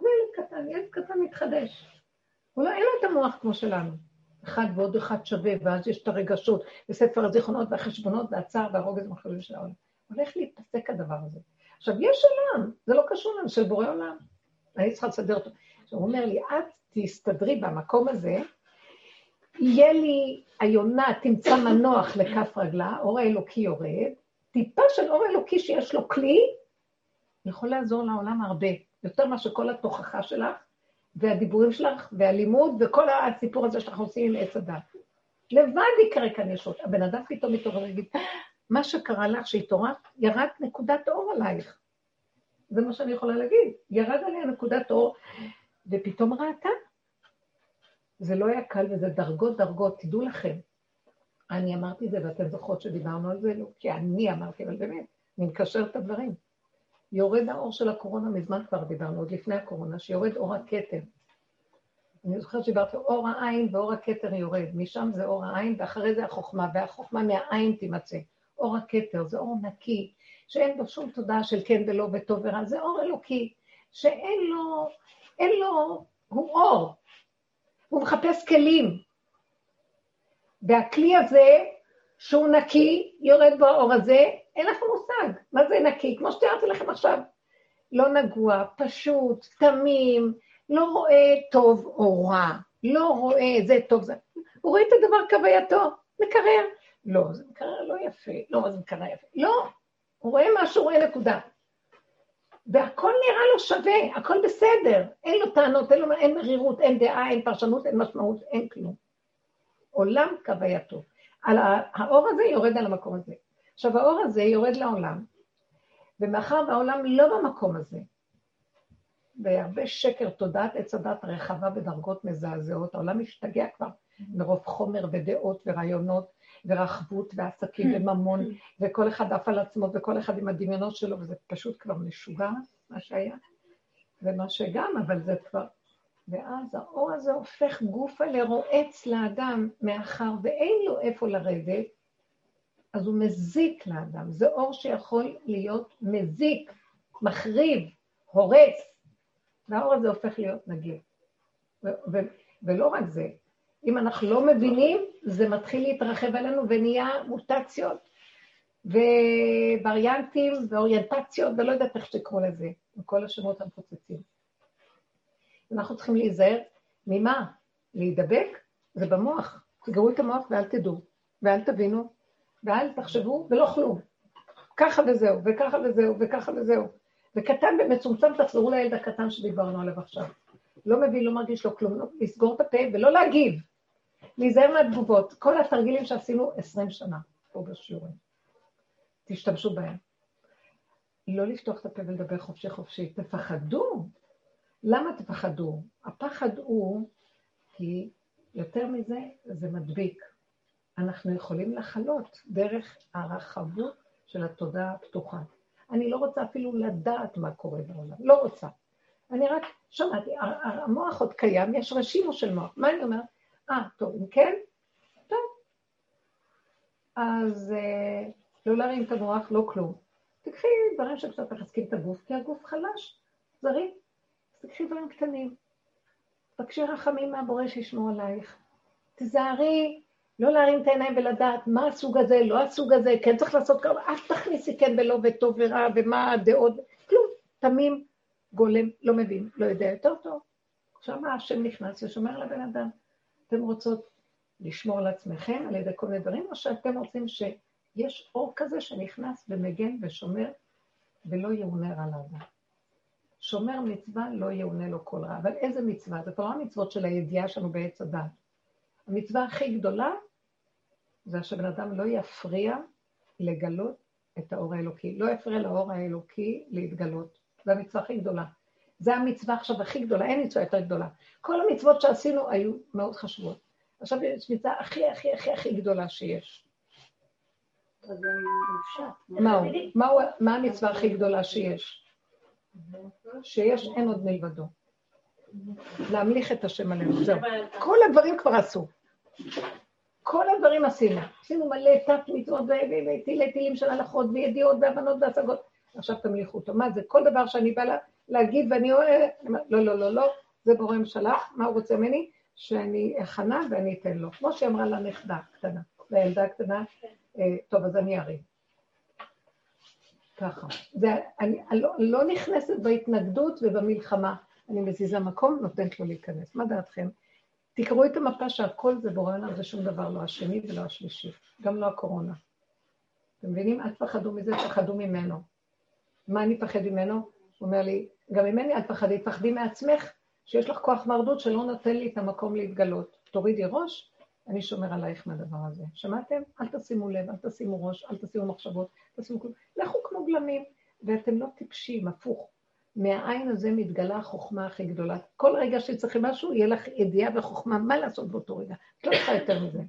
כמו ילד קטן מתחדש. אין לו את המוח כמו שלנו. אחד ועוד אחד שווה, ואז יש את הרגשות, וספר הזיכרונות והחשבונות והצער והרוגז ומחלולים של העולם. הולך להתפסק הדבר הזה. עכשיו, יש עולם, זה לא קשור לנו, של בורא עולם. אני צריכה לסדר אותו. עכשיו, הוא אומר לי, את תסתדרי במקום הזה, יהיה לי היונה, תמצא מנוח לכף רגלה, אור האלוקי יורד, טיפה של אור האלוקי שיש לו כלי, יכול לעזור לעולם הרבה, יותר מה שכל התוכחה שלך, והדיבורים שלך, והלימוד, וכל הסיפור הזה שאנחנו עושים עם עץ הדת. לבד יקרה כאן ישות. הבן אדם פתאום מתעורר ויגיד, מה שקרה לך שהתעוררת, ירד נקודת אור עלייך. זה מה שאני יכולה להגיד. ירד עליה נקודת אור, ופתאום ראתה. זה לא היה קל, וזה דרגות, תדעו לכם. אני אמרתי זה, ואתם זוכרות שדיברנו על זה, לא, כי אני אמרתי, אבל באמת, אני מקשר את הדברים. יורד האור של הקורונה, מזמן כבר דיברנו, עוד לפני הקורונה, שיורד אור הכתר. אני זוכרת שדיברתי, אור העין ואור הכתר יורד, משם זה אור העין, ואחרי זה החוכמה, והחוכמה מהעין תימצא. אור הכתר זה אור נקי, שאין בו שום תודעה של כן ולא וטוב ורע, זה אור אלוקי, שאין לו, הוא אור, הוא מחפש כלים. והכלי הזה, שהוא נקי, יורד בו האור הזה, אין לכם מושג. מה זה נקי? כמו שתיארתי לכם עכשיו. לא נגוע, פשוט, תמים, לא רואה טוב או רע, לא רואה זה טוב זה. הוא רואה את הדבר כווייתו, מקרר. לא, זה מקרר לא יפה. לא, זה מקרר יפה. לא, הוא רואה משהו, רואה נקודה. והכל נראה לו שווה, הכל בסדר. אין לו טענות, אין מרירות, אין דעה, אין פרשנות, אין משמעות, אין כלום. עולם כווייתו. האור הזה יורד על המקום הזה. עכשיו, האור הזה יורד לעולם, ומאחר והעולם לא במקום הזה, והרבה שקר תודעת עץ הדת רחבה בדרגות מזעזעות, העולם משתגע כבר מרוב חומר ודעות ורעיונות ורחבות ועסקים וממון, וכל אחד עף על עצמו וכל אחד עם הדמיונות שלו, וזה פשוט כבר משוגע מה שהיה, ומה שגם, אבל זה כבר... ואז האור הזה הופך גופה לרועץ לאדם, מאחר ואין לו איפה לרדת, אז הוא מזיק לאדם. זה אור שיכול להיות מזיק, מחריב, הורס, והאור הזה הופך להיות נגיע. ולא רק זה, אם אנחנו לא מבינים, זה מתחיל להתרחב עלינו ונהיה מוטציות, ווריאנטים ואוריינטציות, ולא יודעת איך שתקראו לזה, וכל השמות המפוצצים. אנחנו צריכים להיזהר, ממה? להידבק? זה במוח. תגרו את המוח ואל תדעו, ואל תבינו, ואל תחשבו ולא כלום. ככה וזהו, וככה וזהו, וככה וזהו. וקטן ומצומצם תחזרו לילד הקטן שדיברנו עליו עכשיו. לא מבין, לא מרגיש לו כלום, לא, לסגור את הפה ולא להגיב. להיזהר מהתגובות. כל התרגילים שעשינו 20 שנה פה בשיעורים. תשתמשו בהם. לא לפתוח את הפה ולדבר חופשי חופשי. תפחדו. למה תפחדו? הפחד הוא, כי יותר מזה זה מדביק. אנחנו יכולים לחלות דרך הרחבות של התודעה הפתוחה. אני לא רוצה אפילו לדעת מה קורה בעולם, לא רוצה. אני רק שמעתי, המוח עוד קיים, יש רשימו של מוח. מה אני אומרת? טוב, אם כן? טוב. אז לא להרים את המוח, לא כלום. תקחי דברים שקצת מחזקים את הגוף, כי הגוף חלש, זרים. תקחי דברים קטנים. תקשי רחמים מהבורא שישמור עלייך. תזהרי, לא להרים את העיניים ולדעת מה הסוג הזה, לא הסוג הזה, כן צריך לעשות כמה, אל תכניסי כן ולא וטוב ורע, ומה הדעות, כלום, תמים, גולם, לא מבין, לא יודע יותר טוב. עכשיו מה השם נכנס ושומר לבן אדם? אתם רוצות לשמור על עצמכם על ידי כל מיני דברים, או שאתם רוצים שיש אור כזה שנכנס ומגן ושומר ולא יאונר על האדם. שומר מצווה לא יאונה לו כל רע, אבל איזה מצווה? זה כבר המצוות של הידיעה שלנו בעץ הדת. המצווה הכי גדולה זה שבן אדם לא יפריע לגלות את האור האלוקי, לא יפריע לאור האלוקי להתגלות. זו המצווה הכי גדולה. זו המצווה עכשיו הכי גדולה, אין מצווה יותר גדולה. כל המצוות שעשינו היו מאוד חשובות. עכשיו יש מצווה הכי גדולה שיש. אז זה מופשט. מה המצווה הכי גדולה שיש? שיש אין עוד מלבדו. להמליך את השם עלינו, זהו. כל הדברים כבר עשו. כל הדברים עשינו. עשינו מלא תת מצוות ותילי תילים של הלכות וידיעות והבנות והשגות. עכשיו תמליכו אותו. מה זה? כל דבר שאני באה לה, להגיד, ואני לא, לא, לא, לא, זה בורא שלח, מה הוא רוצה ממני? שאני אכנה ואני אתן לו. כמו שאמרה לנכדה הקטנה, לילדה הקטנה, טוב, אז אני ארים. ככה. אני לא נכנסת בהתנגדות ובמלחמה. אני מזיזה מקום, נותנת לו להיכנס. מה דעתכם? תקראו את המפה שהכל זה בורא עולם, זה שום דבר, לא השני ולא השלישי. גם לא הקורונה. אתם מבינים? אל תפחדו מזה, תפחדו ממנו. מה אני פחד ממנו? הוא אומר לי, גם ממני אל תפחדי, תפחדי מעצמך, שיש לך כוח מרדות שלא נותן לי את המקום להתגלות. תורידי ראש, אני שומר עלייך מהדבר הזה. שמעתם? אל תשימו לב, אל תשימו ראש, אל תשימו מחשבות, תשימו כלום. לכו כמו גלמים, ואתם לא טיפשים, הפוך. מהעין הזה מתגלה החוכמה הכי גדולה. כל רגע שצריכים משהו, יהיה לך ידיעה וחוכמה, מה לעשות באותו רגע? את לא צריכה יותר מזה.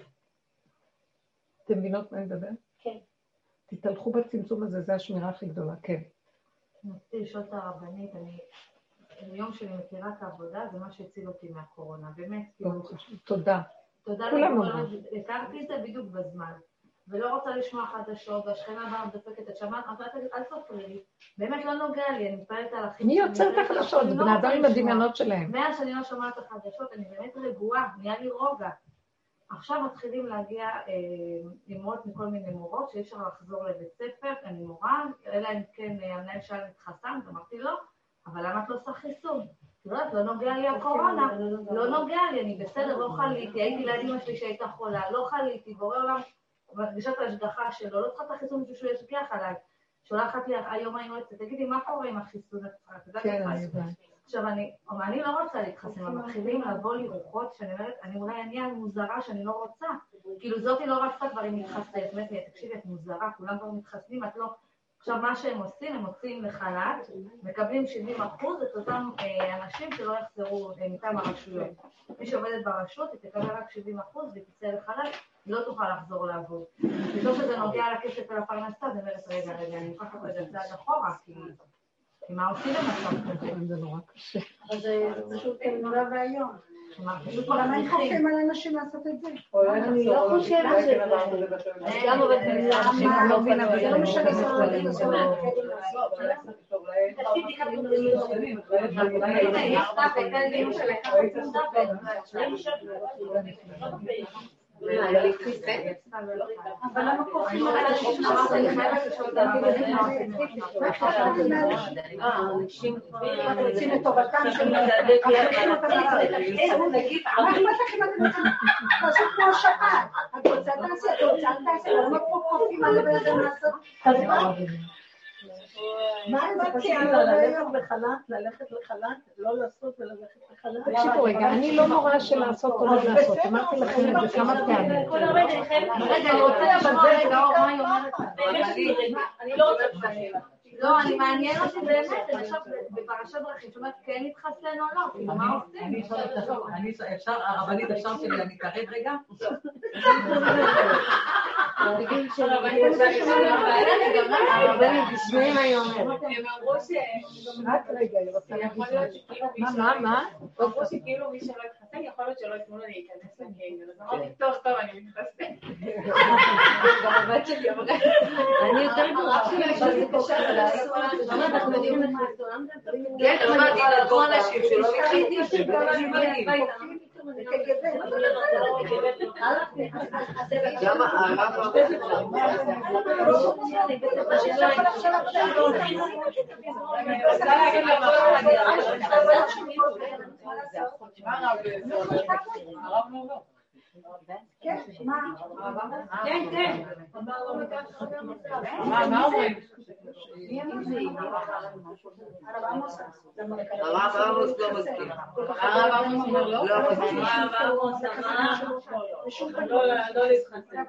אתם מבינות מה אני מדבר? כן. תתהלכו בצמצום הזה, זה השמירה הכי גדולה, כן. אני רציתי לשאול את הרבנית, היום שאני מכירה את העבודה, זה מה שהציל אותי מהקורונה, באמת. תודה. תודה לכולם, הכרתי את זה בדיוק בזמן, ולא רוצה לשמוע חדשות, והשכנה באה מדפקת את שמעת, אל תפריעי לי, באמת לא נוגע לי, אני מתפעלת על אחים. מי יוצר את החדשות? זה בני אדם עם הדמיונות שלהם. מאז שאני לא שומעת את החדשות, אני באמת רגועה, נהיה לי רוגע. עכשיו מתחילים להגיע אמרות מכל מיני מורות, שאי אפשר לחזור לבית ספר, אני מורה, אלא אם כן המנהל שאל מתחסן, אמרתי לו, אבל למה את לא עושה חיסון? לא נוגע לי הקורונה, לא נוגע לי, אני בסדר, לא חליתי, הייתי ליד אמא שלי שהייתה חולה, לא חליתי, בורא עולם, מרגישה את ההשגחה שלו, לא צריכה את החיסון בשביל שהוא ישגיח עליי. שולחת לי היום היועצת, תגידי, מה קורה עם החיסון? כן, אני יודעת. עכשיו, אני לא רוצה להתחסן, אבל מתחילים לבוא לי רוחות שאני אומרת, אני אולי אני מוזרה שאני לא רוצה. כאילו זאתי לא רצתה כבר, היא מתחסנת, באמת, תקשיבי, את מוזרה, כולם כבר מתחסנים, את לא... עכשיו, מה שהם עושים, הם מוצאים לחל"ת, מקבלים 70% את אותם אנשים שלא יחזרו מטעם הרשויות. מי שעובדת ברשות, היא תקבל רק 70% והיא תצא לחל"ת, היא לא תוכל לחזור לעבוד. פתאום שזה נוגע לכסף ולפרנסה, זה אומרת, רגע, אני מוכרחה את זה צעד אחורה, כי מה עושים במצב כזה? זה נורא קשה. אבל זה פשוט נורא והיום. למה הם חופים על אנשים לעשות את זה? אני לא חושבת שזה... אני גם עובדת במשרד, אני לא מבינה, אבל זה לא משנה. אבל למה כופים על אנשים אנשים רוצים את טובתם של מכריחים אותם להגיד, מה אכפת לכם אתם רוצים לעשות כמו השפעת? את רוצה תעשי, את רוצה תעשי, למה פה כופים על הבן אדם לעשות? מה הם מציעים? ללכת לחל"ת, לא לעשות וללכת לחל"ת? תקשיבו רגע, אני לא מורה של לעשות או לא לעשות, אמרתי לכם את זה כמה פעמים. רגע, אני רוצה לשמוע רגע, מה היא אומרת? אני לא רוצה לשמוע. לא, אני מעניין אותי באמת, אני עכשיו בפרשת דרכים, שאומרת כן להתחסן או לא, מה עושים? הרבנית אפשר שלי, אני אתערב רגע? הרבנית, תשמעי מה היא אומרת. הם אמרו רק רגע, היא רוצה להגיד מה? אמרו שכאילו מי שלא יתחסן, יכול להיות שלא יתנו לו להיכנס לקהילה. אז אמרתי, טוב, אני מתחסן. גם הבת שלי אמרה. אני יותר גדולה. אנחנו יודעים את זה. כן, אמרתי, תדברו אנשים שלא מתחתנים. גם הרב כן, מה? כן. מה אומרים? הרב עמוס לא מסכים. הרב עמוס אומר לא? הרב עמוס אמר לא להתחסן.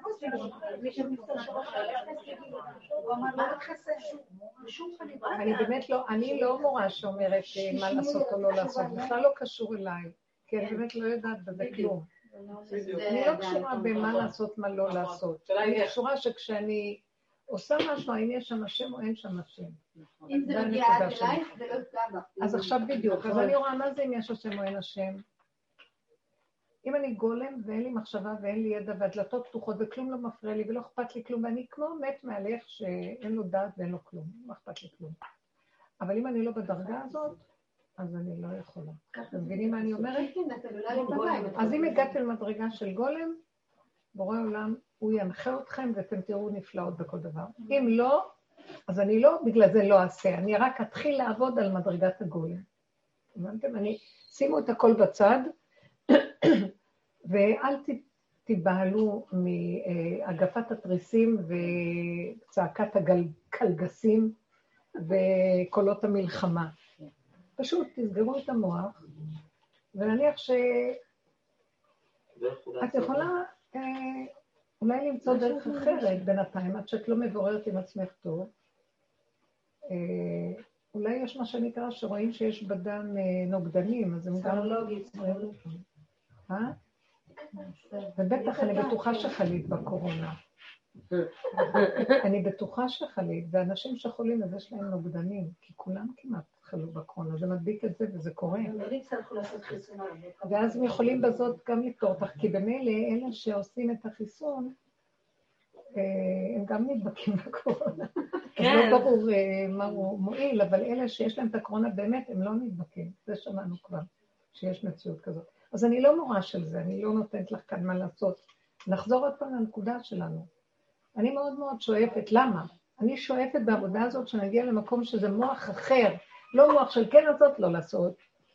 אני באמת לא, אני לא מורה שאומרת מה לעשות או לא לעשות, בכלל לא קשור אליי, כי אני באמת לא יודעת בזה כלום. אני לא קשורה במה לעשות, מה לא לעשות. אני קשורה שכשאני עושה משהו, האם יש שם השם או אין שם השם. אם זה מגיע עד אלייך, זה לא יפגע בה. אז עכשיו בדיוק, אז אני רואה מה זה אם יש השם או אין השם. אם אני גולם ואין לי מחשבה ואין לי ידע והדלתות פתוחות וכלום לא מפריע לי ולא אכפת לי כלום, ואני כמו מת מעליך שאין לו דעת ואין לו כלום, לא אכפת לי כלום. אבל אם אני לא בדרגה הזאת, אז אני לא יכולה. אתם מבינים מה אני אומרת? אז אם הגעתם למדרגה של גולם, בורא עולם, הוא ינחה אתכם ואתם תראו נפלאות בכל דבר. אם לא, אז אני לא, בגלל זה לא אעשה. אני רק אתחיל לעבוד על מדרגת הגולם. הבנתם? שימו את הכל בצד, ואל תיבהלו מהגפת התריסים וצעקת הקלגסים וקולות המלחמה. פשוט תסגרו את המוח, ונניח שאת יכולה אולי למצוא דרך אחרת בינתיים, עד שאת לא מבוררת עם עצמך טוב. אולי יש מה שנקרא שרואים שיש בדם נוגדנים, אז הם גם... סרולוגית. ובטח אני בטוחה שחלית בקורונה. אני בטוחה שחלית, ואנשים שחולים אז יש להם נוגדנים, כי כולם כמעט חלו בקורונה, זה מדביק את זה וזה קורה. ואז הם יכולים בזאת גם לפתור אותך, כי במילא אלה שעושים את החיסון, הם גם נדבקים בקורונה. אז לא ברור מה הוא מועיל, אבל אלה שיש להם את הקורונה באמת, הם לא נדבקים. זה שמענו כבר, שיש מציאות כזאת. אז אני לא מורה של זה, אני לא נותנת לך כאן מה לעשות. נחזור עוד פעם לנקודה שלנו. אני מאוד מאוד שואפת, למה? אני שואפת בעבודה הזאת שנגיע למקום שזה מוח אחר, לא מוח של כן לעשות, לא לעשות.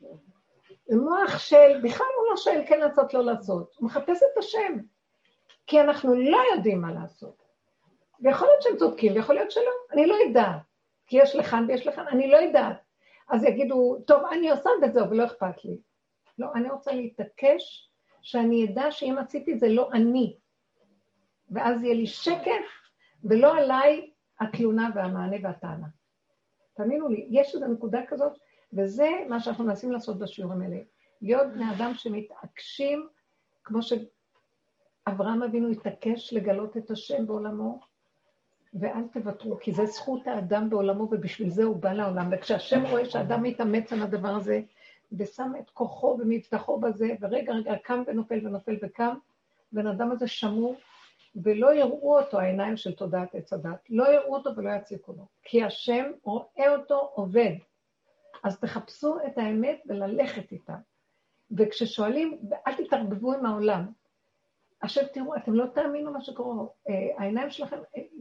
זה מוח של, בכלל הוא לא שואל כן לעשות, לא לעשות. הוא מחפש את השם, כי אנחנו לא יודעים מה לעשות. ויכול להיות שהם צודקים, ויכול להיות שלא, אני לא יודעת. כי יש לכאן ויש לכאן, אני לא יודעת. אז יגידו, טוב, אני עושה בזה, ולא אכפת לי. לא, אני רוצה להתעקש שאני ידע שאם עשיתי זה לא אני. ואז יהיה לי שקף, ולא עליי התלונה והמענה והטענה. תאמינו לי, יש איזו נקודה כזאת, וזה מה שאנחנו מנסים לעשות בשיעורים האלה. להיות בני אדם שמתעקשים, כמו שאברהם אבינו התעקש לגלות את השם בעולמו, ואל תוותרו, כי זה זכות האדם בעולמו, ובשביל זה הוא בא לעולם. וכשהשם רואה שהאדם מתאמץ על הדבר הזה, ושם את כוחו ומבטחו בזה, ורגע קם ונופל ונופל וקם, בן אדם הזה שמור, ולא יראו אותו העיניים של תודעת עץ הדת, לא יראו אותו ולא יציקו לו, כי השם רואה אותו עובד. אז תחפשו את האמת וללכת איתה. וכששואלים, אל תתערבבו עם העולם. עכשיו תראו, אתם לא תאמינו מה שקורה, העיניים שלכם,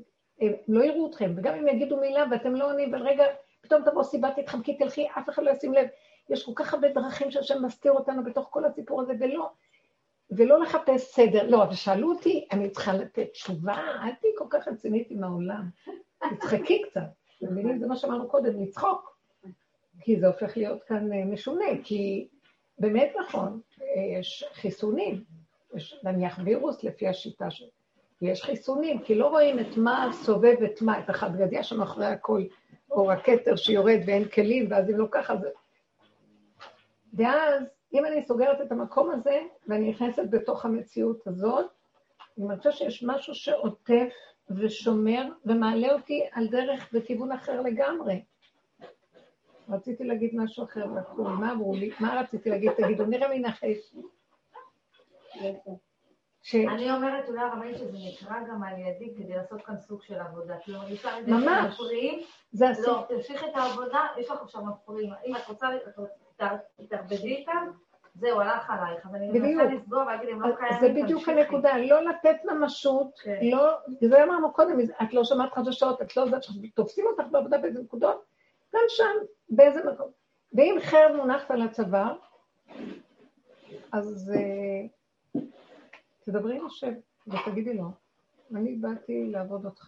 לא יראו אתכם, וגם אם יגידו מילה ואתם לא עונים, ורגע, פתאום תבוא סיבה, תתחמקי, תלכי, אף אחד לא ישים לב. יש כל כך הרבה דרכים שהשם מסתיר אותנו בתוך כל הסיפור הזה, ולא לחפש סדר. לא, אבל שאלו אותי, אני צריכה לתת תשובה, אל תהי כל כך רצינית עם העולם. תצחקי קצת. מבינים? זה מה שאמרנו קודם, לצחוק. כי זה הופך להיות כאן משונה, כי באמת נכון, יש חיסונים, יש נניח וירוס לפי השיטה שלו. יש חיסונים, כי לא רואים את מה סובב את מה, את החד גדיה שם אחרי הכל, או הכתר שיורד ואין כלים, ואז אם לא ככה זה... ואז, אם אני סוגרת את המקום הזה, ואני נכנסת בתוך המציאות הזאת, אני חושבת שיש משהו שעוטף ושומר, ומעלה אותי על דרך בכיוון אחר לגמרי. רציתי להגיד משהו אחר, מה אמרו לי? מה רציתי להגיד? תגידו, נראה מי נחש. אני אומרת, אולי הרבנית שזה נקרא גם על ידי כדי לעשות כאן סוג של עבודה. ממש. זה הסוג. לא, תמשיך את העבודה, יש לך עכשיו מפריעים. אם את רוצה, תתערבדי איתם, זהו, הלך עלייך. אז אני רוצה לסגור ולהגיד, הם לא קיימים. זה בדיוק הנקודה, לא לתת ממשות, לא, זה אמרנו קודם, את לא שמעת חדשות, את לא יודעת, תופסים אותך בעבודה באיזה נקודות, גם שם, באיזה מקום. ואם חרב מונחת על הצוואר, אז תדברי עם השם ותגידי לו, אני באתי לעבוד אותך.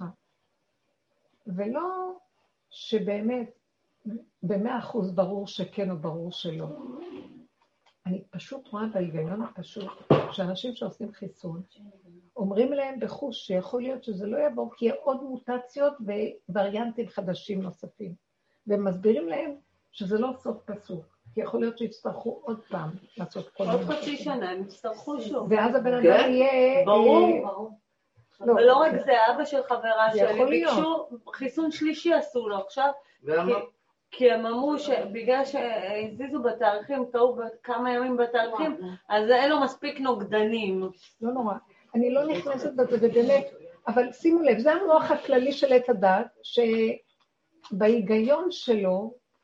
ולא שבאמת, ב100% ברור שכן או ברור שלא. אני פשוט רואה בהיגיון הפשוט, שאנשים שעושים חיסון, אומרים להם בחוש שיכול להיות שזה לא יעבור, כי יהיה עוד מוטציות ווריאנטים חדשים נוספים. והם מסבירים להם שזה לא סוף פסוק, כי יכול להיות שיצטרכו עוד פעם לעשות כל עוד חצי שנה, הם יצטרכו שוב. ואז הבן אדם יהיה... ברור. ולא רק זה, אבא של חברה שלי, ביקשו חיסון שלישי עשו לו עכשיו, כי הם אמרו שבגלל שהזיזו בתאריכים, טעו כמה ימים בתאריכים, אז אין לו מספיק נוגדנים. לא נורא. אני לא נכנסת בזה ובאמת, אבל שימו לב, זה המוח הכללי של עת הדת, שבהיגיון שלו,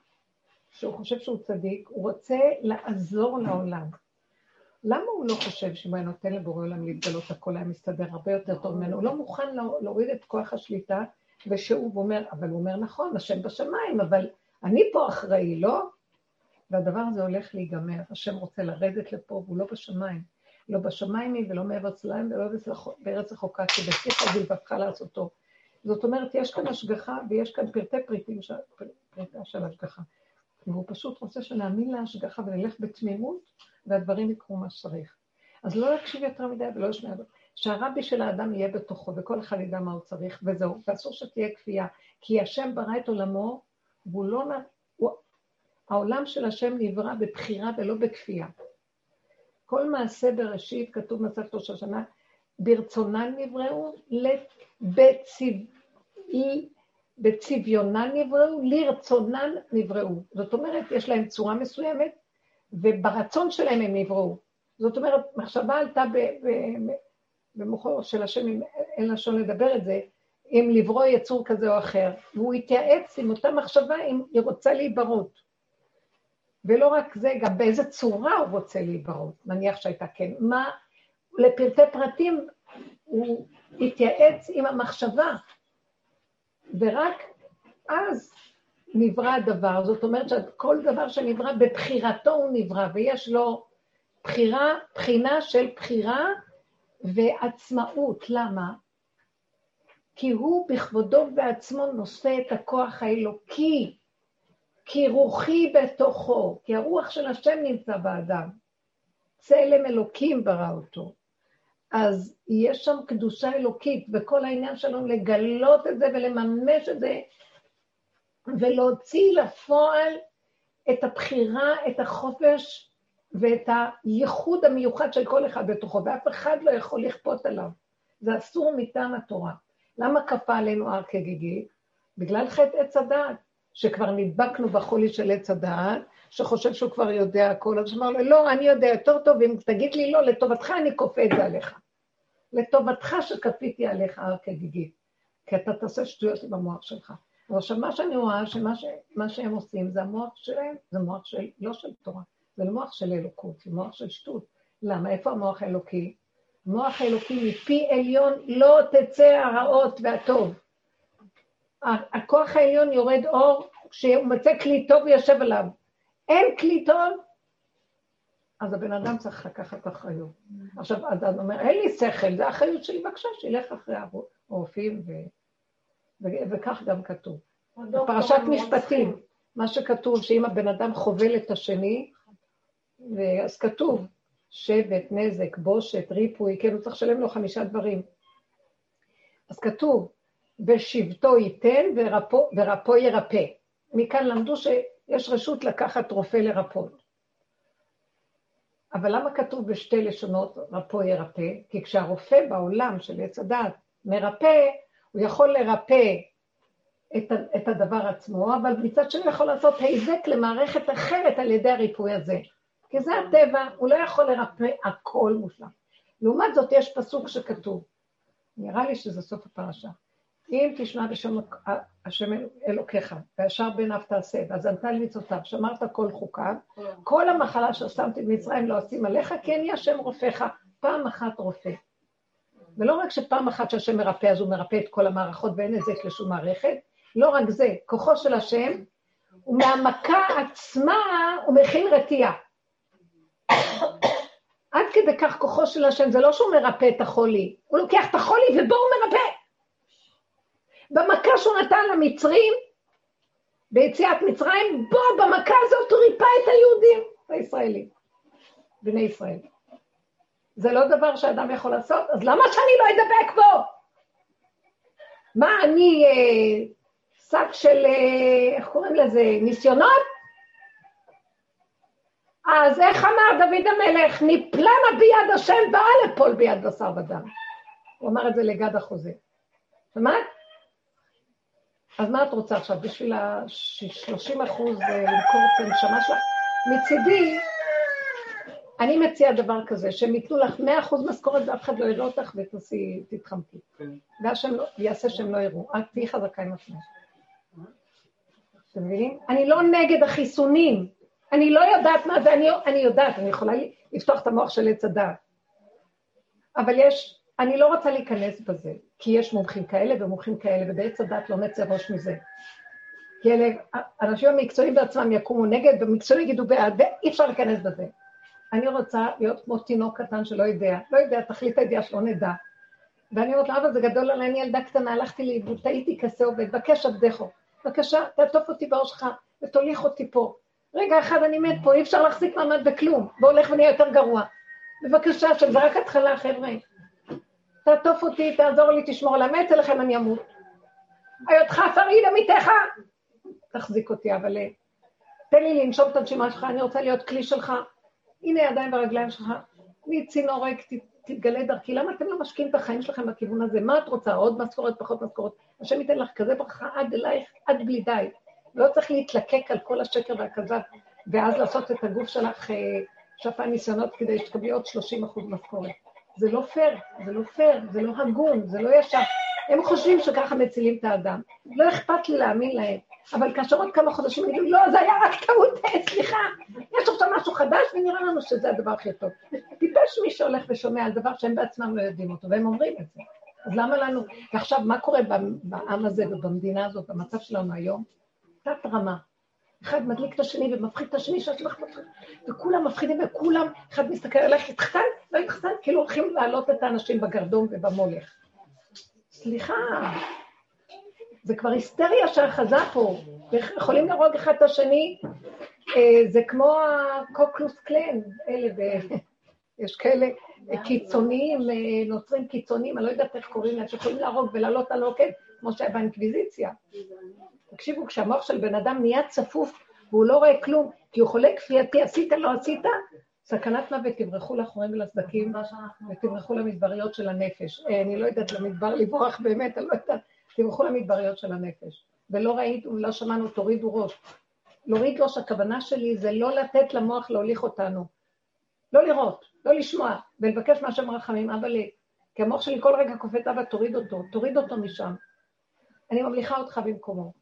שהוא חושב שהוא צדיק, הוא רוצה לעזור לעולם. למה הוא לא חושב שאם הוא נותן לבורא עולם להתגלות, הכל היה מסתדר הרבה יותר טוב ממנו? הוא לא מוכן להוריד את כוח השליטה, ושהוא אומר, אבל הוא אומר נכון, השם בשמיים, אבל אני פה אחראי, לא? והדבר הזה הולך להיגמר. השם רוצה לרדת לפה, והוא לא בשמיים. לא בשמיים היא ולא מעבר צליים, ולא בארץ רחוקה, כי בשיחה בלבבך לעשותו. זאת אומרת, יש כאן השגחה, ויש כאן פרטי פריטה של השגחה. והוא פשוט רוצה שנאמין להשגחה ונלך בתמימות, והדברים יקרו מה שצריך. אז לא להקשיב יותר מדי ולא ישמע. שהרבי של האדם יהיה בתוכו, וכל אחד ידע מה הוא צריך, וזהו. ואסור שתהיה כפייה, כי השם ברא את עולמו, והוא לא... העולם של השם נברא בבחירה ולא בכפייה. כל מעשה בראשית, כתוב מסכת ראש השנה, ברצונן נבראו, בצביונן נבראו, לרצונן נבראו. זאת אומרת, יש להם צורה מסוימת, וברצון שלהם הם נבראו. זאת אומרת, מחשבה עלתה במוחו של השם, אם אין לשון לדבר את זה, אם לברוא יצור כזה או אחר, והוא התייעץ עם אותה מחשבה, אם היא רוצה להיברות. ולא רק זה, גם באיזה צורה הוא רוצה להיברות, נניח שהייתה כן. מה, לפרטי פרטים, הוא התייעץ עם המחשבה, ורק אז נברא הדבר. זאת אומרת שכל דבר שנברא, בבחירתו הוא נברא, ויש לו בחינה של בחירה ועצמאות. למה? כי הוא בכבודו בעצמו נושא את הכוח האלוקי, כי רוחי בתוכו, כי הרוח של השם נמצא באדם. צלם אלוקים ברא אותו. אז יש שם קדושה אלוקית, וכל העניין שלנו לגלות את זה ולממש את זה, ולהוציא לפועל את הבחירה, את החופש, ואת הייחוד המיוחד של כל אחד בתוכו, ואף אחד לא יכול לכפות עליו. זה אסור מטעם התורה. למה כפה עלינו הר כגיגית? בגלל חטא עץ הדעת. שכבר נדבקנו בחולי של עץ הדעת, שחושב שהוא כבר יודע הכל, אז אמר לו, לא, אני יודע יותר טוב, ואם תגיד לי לא, לטובתך אני כופה את זה עליך. לטובתך שכפיתי עליך הר כגיגית, כי אתה תעשה שטויות במוח שלך. אז עכשיו מה שאני רואה, שמה שהם עושים, זה המוח שלהם, זה מוח של, לא של תורה, זה מוח של אלוקות, זה מוח של שטות. למה? איפה המוח האלוקי? המוח האלוקי מפי עליון לא תצא הרעות והטוב. הכוח העליון יורד אור, כשהוא מצא כלי טוב ויושב עליו. אין כלי טוב, אז הבן אדם צריך לקחת אחריות. עכשיו, אדם אומר, אין לי שכל, זה האחריות שלי, בבקשה, שילך אחרי הרופאים, וכך גם כתוב. בפרשת משפטים, מה שכתוב, שאם הבן אדם חובל את השני, אז כתוב, שבט, נזק, בושת, ריפוי, כן, הוא צריך לשלם לו 5 דברים. אז כתוב, בשבטו ייתן ורפו ירפא. מכאן למדו שיש רשות לקחת רופא לרפות. אבל למה כתוב בשתי לשונות רפו ירפא? כי כשהרופא בעולם של עץ הדעת מרפא, הוא יכול לרפא את הדבר עצמו, אבל מצד שני יכול לעשות היזק למערכת אחרת על ידי הריפוי הזה. כי זה הטבע, הוא לא יכול לרפא הכל מושלם. לעומת זאת יש פסוק שכתוב, נראה לי שזה סוף הפרשה, אם תשמע בשם השם אלוקיך, וישר בעיניו תעשה, והזנת על מצוותיו, שמרת כל חוקיו, כל המחלה ששמתי במצרים לא אשים עליך, כי אני השם רופאך, פעם אחת רופא. ולא רק שפעם אחת שהשם מרפא, אז הוא מרפא את כל המערכות ואין נזק לשום מערכת, לא רק זה, כוחו של השם, ומהמכה עצמה הוא מכין רתיעה. עד כדי כך כוחו של השם, זה לא שהוא מרפא את החולי, הוא לוקח את החולי ובו הוא מרפא. במכה שהוא נתן למצרים, ביציאת מצרים, בו במכה הזאת הוא ריפא את היהודים, הישראלים, בני ישראל. זה לא דבר שאדם יכול לעשות, אז למה שאני לא אדבק בו? מה, אני שק של, איך קוראים לזה, ניסיונות? אז איך אמר דוד המלך, נפלנה ביד השם באה לפול ביד בשר ודם. הוא אמר את זה לגד החוזה. שמעת? אז מה את רוצה עכשיו? בשביל ה-30% למכור את הנשמה שלך? מצידי, אני מציעה דבר כזה, שהם ייתנו לך 100% משכורת ואף אחד לא יראה אותך ותתחמקי. והשם יעשה שהם לא יראו. את תהי חזקה עם עצמך. אתם מבינים? אני לא נגד החיסונים. אני לא יודעת מה זה, אני יודעת, אני יכולה לפתוח את המוח של עץ הדעת. אבל אני לא רוצה להיכנס בזה, כי יש מומחים כאלה ומומחים כאלה, ובעץ הדעת לא נצא ראש מזה. כי אלה, אנשים המקצועיים בעצמם יקומו נגד, ומקצועיים יגידו בעד, ואי אפשר להיכנס בזה. אני רוצה להיות כמו תינוק קטן שלא יודע, לא יודע, תחליט הידיעה שלא נדע. ואני אומרת, אבא, זה גדול עליי, אני ילדה קטנה, הלכתי לאיבוד, טעיתי כסה עובד, בקש עבדךו. בבקשה, תעטוף אותי באור שלך, ותוליך אותי פה. רגע אחד אני מת פה, אי אפשר להחזיק מעמד בכלום, והולך ונהיה יותר גרוע. בבקשה, שזה רק התחלה, חבר'ה. תעטוף אותי, תעזור לי, תשמור על המת, אליכם אני אמות. היותך פריד עמיתך. תחזיק אותי, אבל תן לי לנשום את הנשימה שלך, אני רוצה להיות כלי שלך. הנה הידיים והרגליים שלך, מי צינורק, תתגלה דרכי. למה אתם לא משקיעים את החיים שלכם בכיוון הזה? מה את רוצה? עוד משכורת, פחות משכורת? השם ייתן לך כזה ברכה עד אלייך, עד בלי די. לא צריך להתלקק על כל השקר והכזב, ואז לעשות את הגוף שלך שפה ניסיונות כדי שתקבלי עוד 30% משכורת. זה לא פייר, זה לא פייר, זה לא הגון, זה לא ישר. הם חושבים שככה מצילים את האדם. לא אכפת לי להאמין להם. אבל כאשר עוד כמה חודשים יגידו, לא, זה היה רק טעות, סליחה. יש עכשיו משהו חדש ונראה לנו שזה הדבר הכי טוב. טיפש מי שהולך ושומע על דבר שהם בעצמם לא יודעים אותו, והם אומרים את זה. אז למה לנו? ועכשיו, מה קורה בעם הזה ובמדינה הזאת, במצב שלנו היום? תת רמה. אחד מדליק את השני ומפחיד את השני, וכולם מפחידים וכולם, אחד מסתכל עליך, התחתן, לא התחתן, כאילו הולכים להעלות את האנשים בגרדום ובמולך. סליחה, זה כבר היסטריה שאחזה פה, יכולים להרוג אחד את השני, זה כמו הקוקלוס קלן, אלה, יש כאלה קיצוניים, נוצרים קיצוניים, אני לא יודעת איך קוראים להם, שיכולים להרוג ולעלות על עוקד, כמו שהיה באינקוויזיציה. תקשיבו, כשהמוח של בן אדם נהיה צפוף, והוא לא רואה כלום, כי הוא חולה כפייתי, עשית, לא עשית, סכנת מוות, תברחו לאחורים ולסדקים, ותברחו למדבריות של הנפש. אני לא יודעת למדבר לברוח באמת, אני לא יודעת, תברחו למדבריות של הנפש. ולא ראינו, לא שמענו, תורידו ראש. להוריד ראש, הכוונה שלי זה לא לתת למוח להוליך אותנו. לא לראות, לא לשמוע, ולבקש מהשם רחמים, אבא לי, כי המוח שלי כל רגע קופט, אבא, תוריד אותו משם. אני ממליכה אותך במקומו.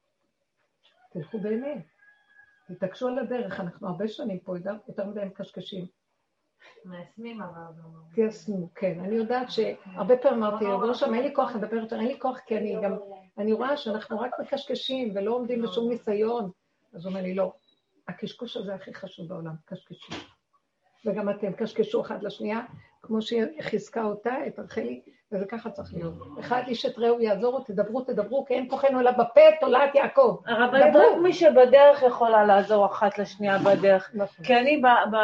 תלכו באמת. תתעקשו על הדרך, אנחנו הרבה שנים פה, יותר מדי הם קשקשים. מיישמים אבל. תיישמו, כן. אני יודעת שהרבה פעמים אמרתי, לא שם, אין לי כוח לדבר יותר, אין לי כוח, כי אני רואה שאנחנו רק מקשקשים ולא עומדים בשום ניסיון. אז הוא אומר לי, לא, הקשקוש הזה הכי חשוב בעולם, קשקשו. וגם אתם קשקשו אחד לשנייה, כמו שהיא חיזקה אותה, את רחלי, וזה ככה צריך להיות. אחד איש את רעהו יעזורו, תדברו, כי אין כוחנו אלא בפה, תולעת יעקב. הרבנית, רק מי שבדרך יכולה לעזור אחת לשנייה בדרך. כי אני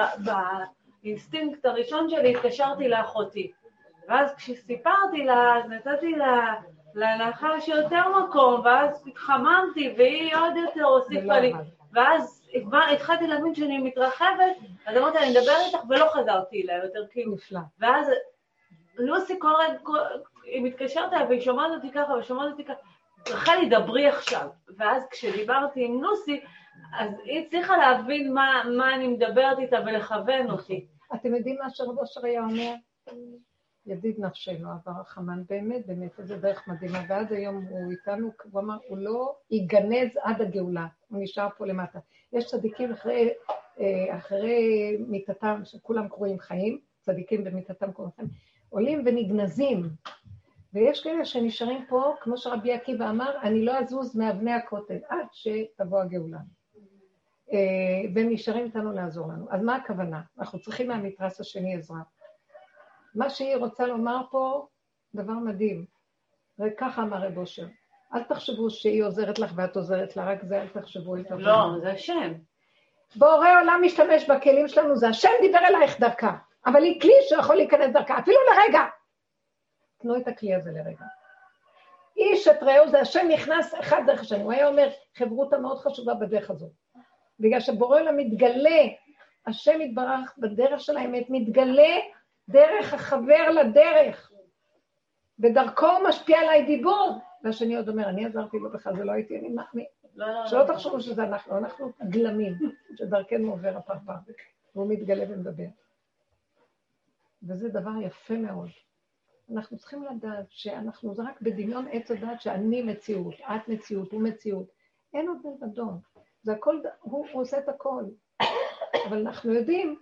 באינסטינקט הראשון שלי התקשרתי לאחותי. ואז כשסיפרתי לה, אז נתתי לה לנחש יותר מקום, ואז התחממתי, והיא עוד יותר הוסיפה לי. ואז התחלתי להבין שאני מתרחבת, אז אמרתי, אני מדבר איתך ולא חזרתי אליה יותר כאילו. ואז לוסי כל רגע, היא מתקשרת אליה והיא שומעת אותי ככה ושומעת אותי ככה, רחלי דברי עכשיו. ואז כשדיברתי עם לוסי, אז היא צריכה להבין מה אני מדברת איתה ולכוון אותי. אתם יודעים מה שרב אושר היה אומר? ידיד נפשנו, עבר החמן, באמת, איזה דרך מדהימה, ועד היום הוא איתנו, הוא אמר, הוא לא ייגנז עד הגאולה, הוא נשאר פה למטה. יש צדיקים אחרי מיטתם, שכולם קרואים חיים, צדיקים במיטתם קרואים חיים, עולים ונגנזים, ויש כאלה שנשארים פה, כמו שרבי עקיבא אמר, אני לא אזוז מאבני הכותל, עד שתבוא הגאולה. והם נשארים איתנו לעזור לנו. אז מה הכוונה? אנחנו צריכים מהמתרס השני עזרה. מה שהיא רוצה לומר פה, דבר מדהים. וככה אמר רב אושר. אל תחשבו שהיא עוזרת לך ואת עוזרת לה, רק זה אל תחשבו איתה. לא, זה השם. בורא עולם משתמש בכלים שלנו, זה השם דיבר אלייך דרכה. אבל היא כלי שיכול להיכנס דרכה, אפילו לרגע. תנו את הכלי הזה לרגע. איש את רעהו, זה השם נכנס אחד דרך השני. הוא היה אומר, חברותה מאוד חשובה בדרך הזאת. בגלל שבורא עולם מתגלה, השם יתברך בדרך של האמת, מתגלה דרך החבר לדרך. בדרכו הוא משפיע עליי דיבור. והשני עוד אומר, אני עזרתי לו בכלל, זה לא הייתי, אני מאמין. שלא תחשבו שזה אנחנו גלמים, שדרכנו עובר הפרפר, והוא מתגלה ומדבר. וזה דבר יפה מאוד. אנחנו צריכים לדעת שאנחנו, זה רק בדמיון עץ הדעת שאני מציאות, את מציאות, הוא מציאות. אין עוד מלבדו. זה הכל, הוא עושה את הכל. אבל אנחנו יודעים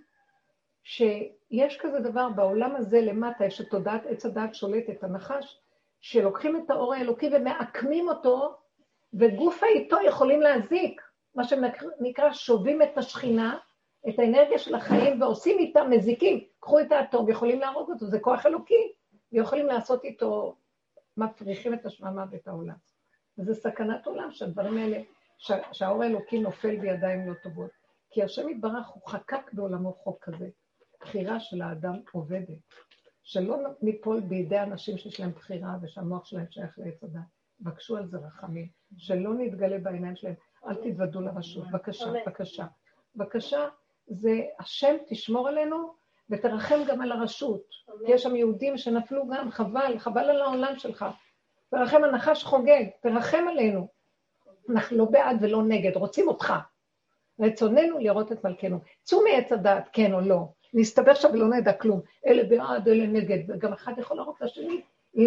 שיש כזה דבר בעולם הזה למטה, יש את תודעת עץ הדעת שולטת, הנחש, שלוקחים את האור האלוקי ומעקמים אותו, וגוף האיתו יכולים להזיק, מה שנקרא שובים את השכינה, את האנרגיה של החיים, ועושים איתה מזיקים, קחו את האטום, יכולים להרוג אותו, זה כוח אלוקי, ויכולים לעשות איתו, מפריחים את השממה ואת העולם. וזה סכנת עולם שהדברים האלה, שהאור האלוקי נופל בידיים לא טובות. כי השם יתברך הוא חקק בעולמו חוק כזה, בחירה של האדם עובדת, שלא ניפול בידי אנשים שיש להם בחירה, ושהמוח שלהם שייך לעץ הדת. בקשו על זה רחמים, שלא נתגלה בעיניים שלהם, אל תתוודו לרשות, בבקשה, בבקשה. בבקשה, זה השם תשמור עלינו, ותרחם גם על הרשות. כי יש שם יהודים שנפלו גם, חבל על העולם שלך. תרחם, הנחש חוגג, תרחם עלינו. אנחנו לא בעד ולא נגד, רוצים אותך. רצוננו לראות את מלכנו. צאו מעץ הדעת, כן או לא. נסתבר שם ולא נדע כלום. אלה בעד, אלה נגד. וגם אחד יכול להראות לשני,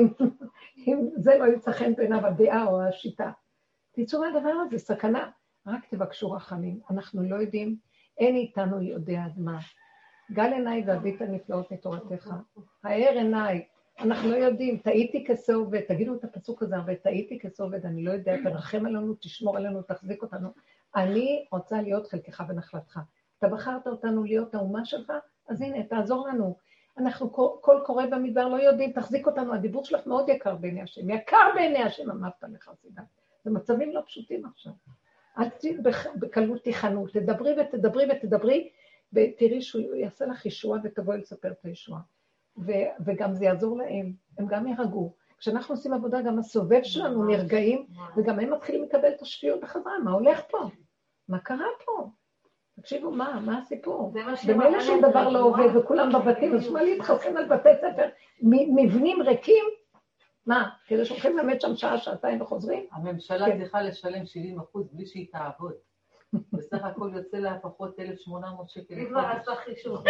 אם זה לא ימצא חן בעיניו הדעה או השיטה. תצאו מהדבר הזה, סכנה. רק תבקשו רחמים. אנחנו לא יודעים, אין איתנו יודע מה. גל עיניי והביט הנפלאות מתורתך. האר עיניי, אנחנו לא יודעים, טעיתי כסעובד, תגידו את הפסוק הזה הרבה, טעיתי כסעובד, אני לא יודע, תרחם עלינו, תשמור עלינו, תחזיק אותנו. אני רוצה להיות חלקך ונחלתך. אתה בחרת אותנו להיות האומה שלך, אז הנה, תעזור לנו. אנחנו כל קורא במדבר לא יודעים, תחזיק אותנו, הדיבור שלך מאוד יקר בעיני השם, יקר בעיני השם, אמרת לך סידה. זה מצבים לא פשוטים עכשיו. אל תהיי בקלות תיכנו, תדברי ותדברי ותדברי, ותראי שהוא יעשה לך ישועה ותבואי לספר את הישועה. וגם זה יעזור להם, הם גם ירגעו. כשאנחנו עושים עבודה, גם הסובב שלנו נרגעים, וגם הם מתחילים לקבל את השפיות בחזרה. מה הולך פה? מה קרה פה? תקשיבו, מה הסיפור? במילא שום דבר לא עובד, וכולם בבתים, אז מה להתחסן על בתי ספר, מבנים ריקים? מה? כדי שהולכים ללמד שם שעה, שעתיים וחוזרים? הממשלה צריכה לשלם 70% בלי שהיא תעבוד. בסך הכל יוצא לה פחות 1,800 שקל. היא כבר עשה חישוב.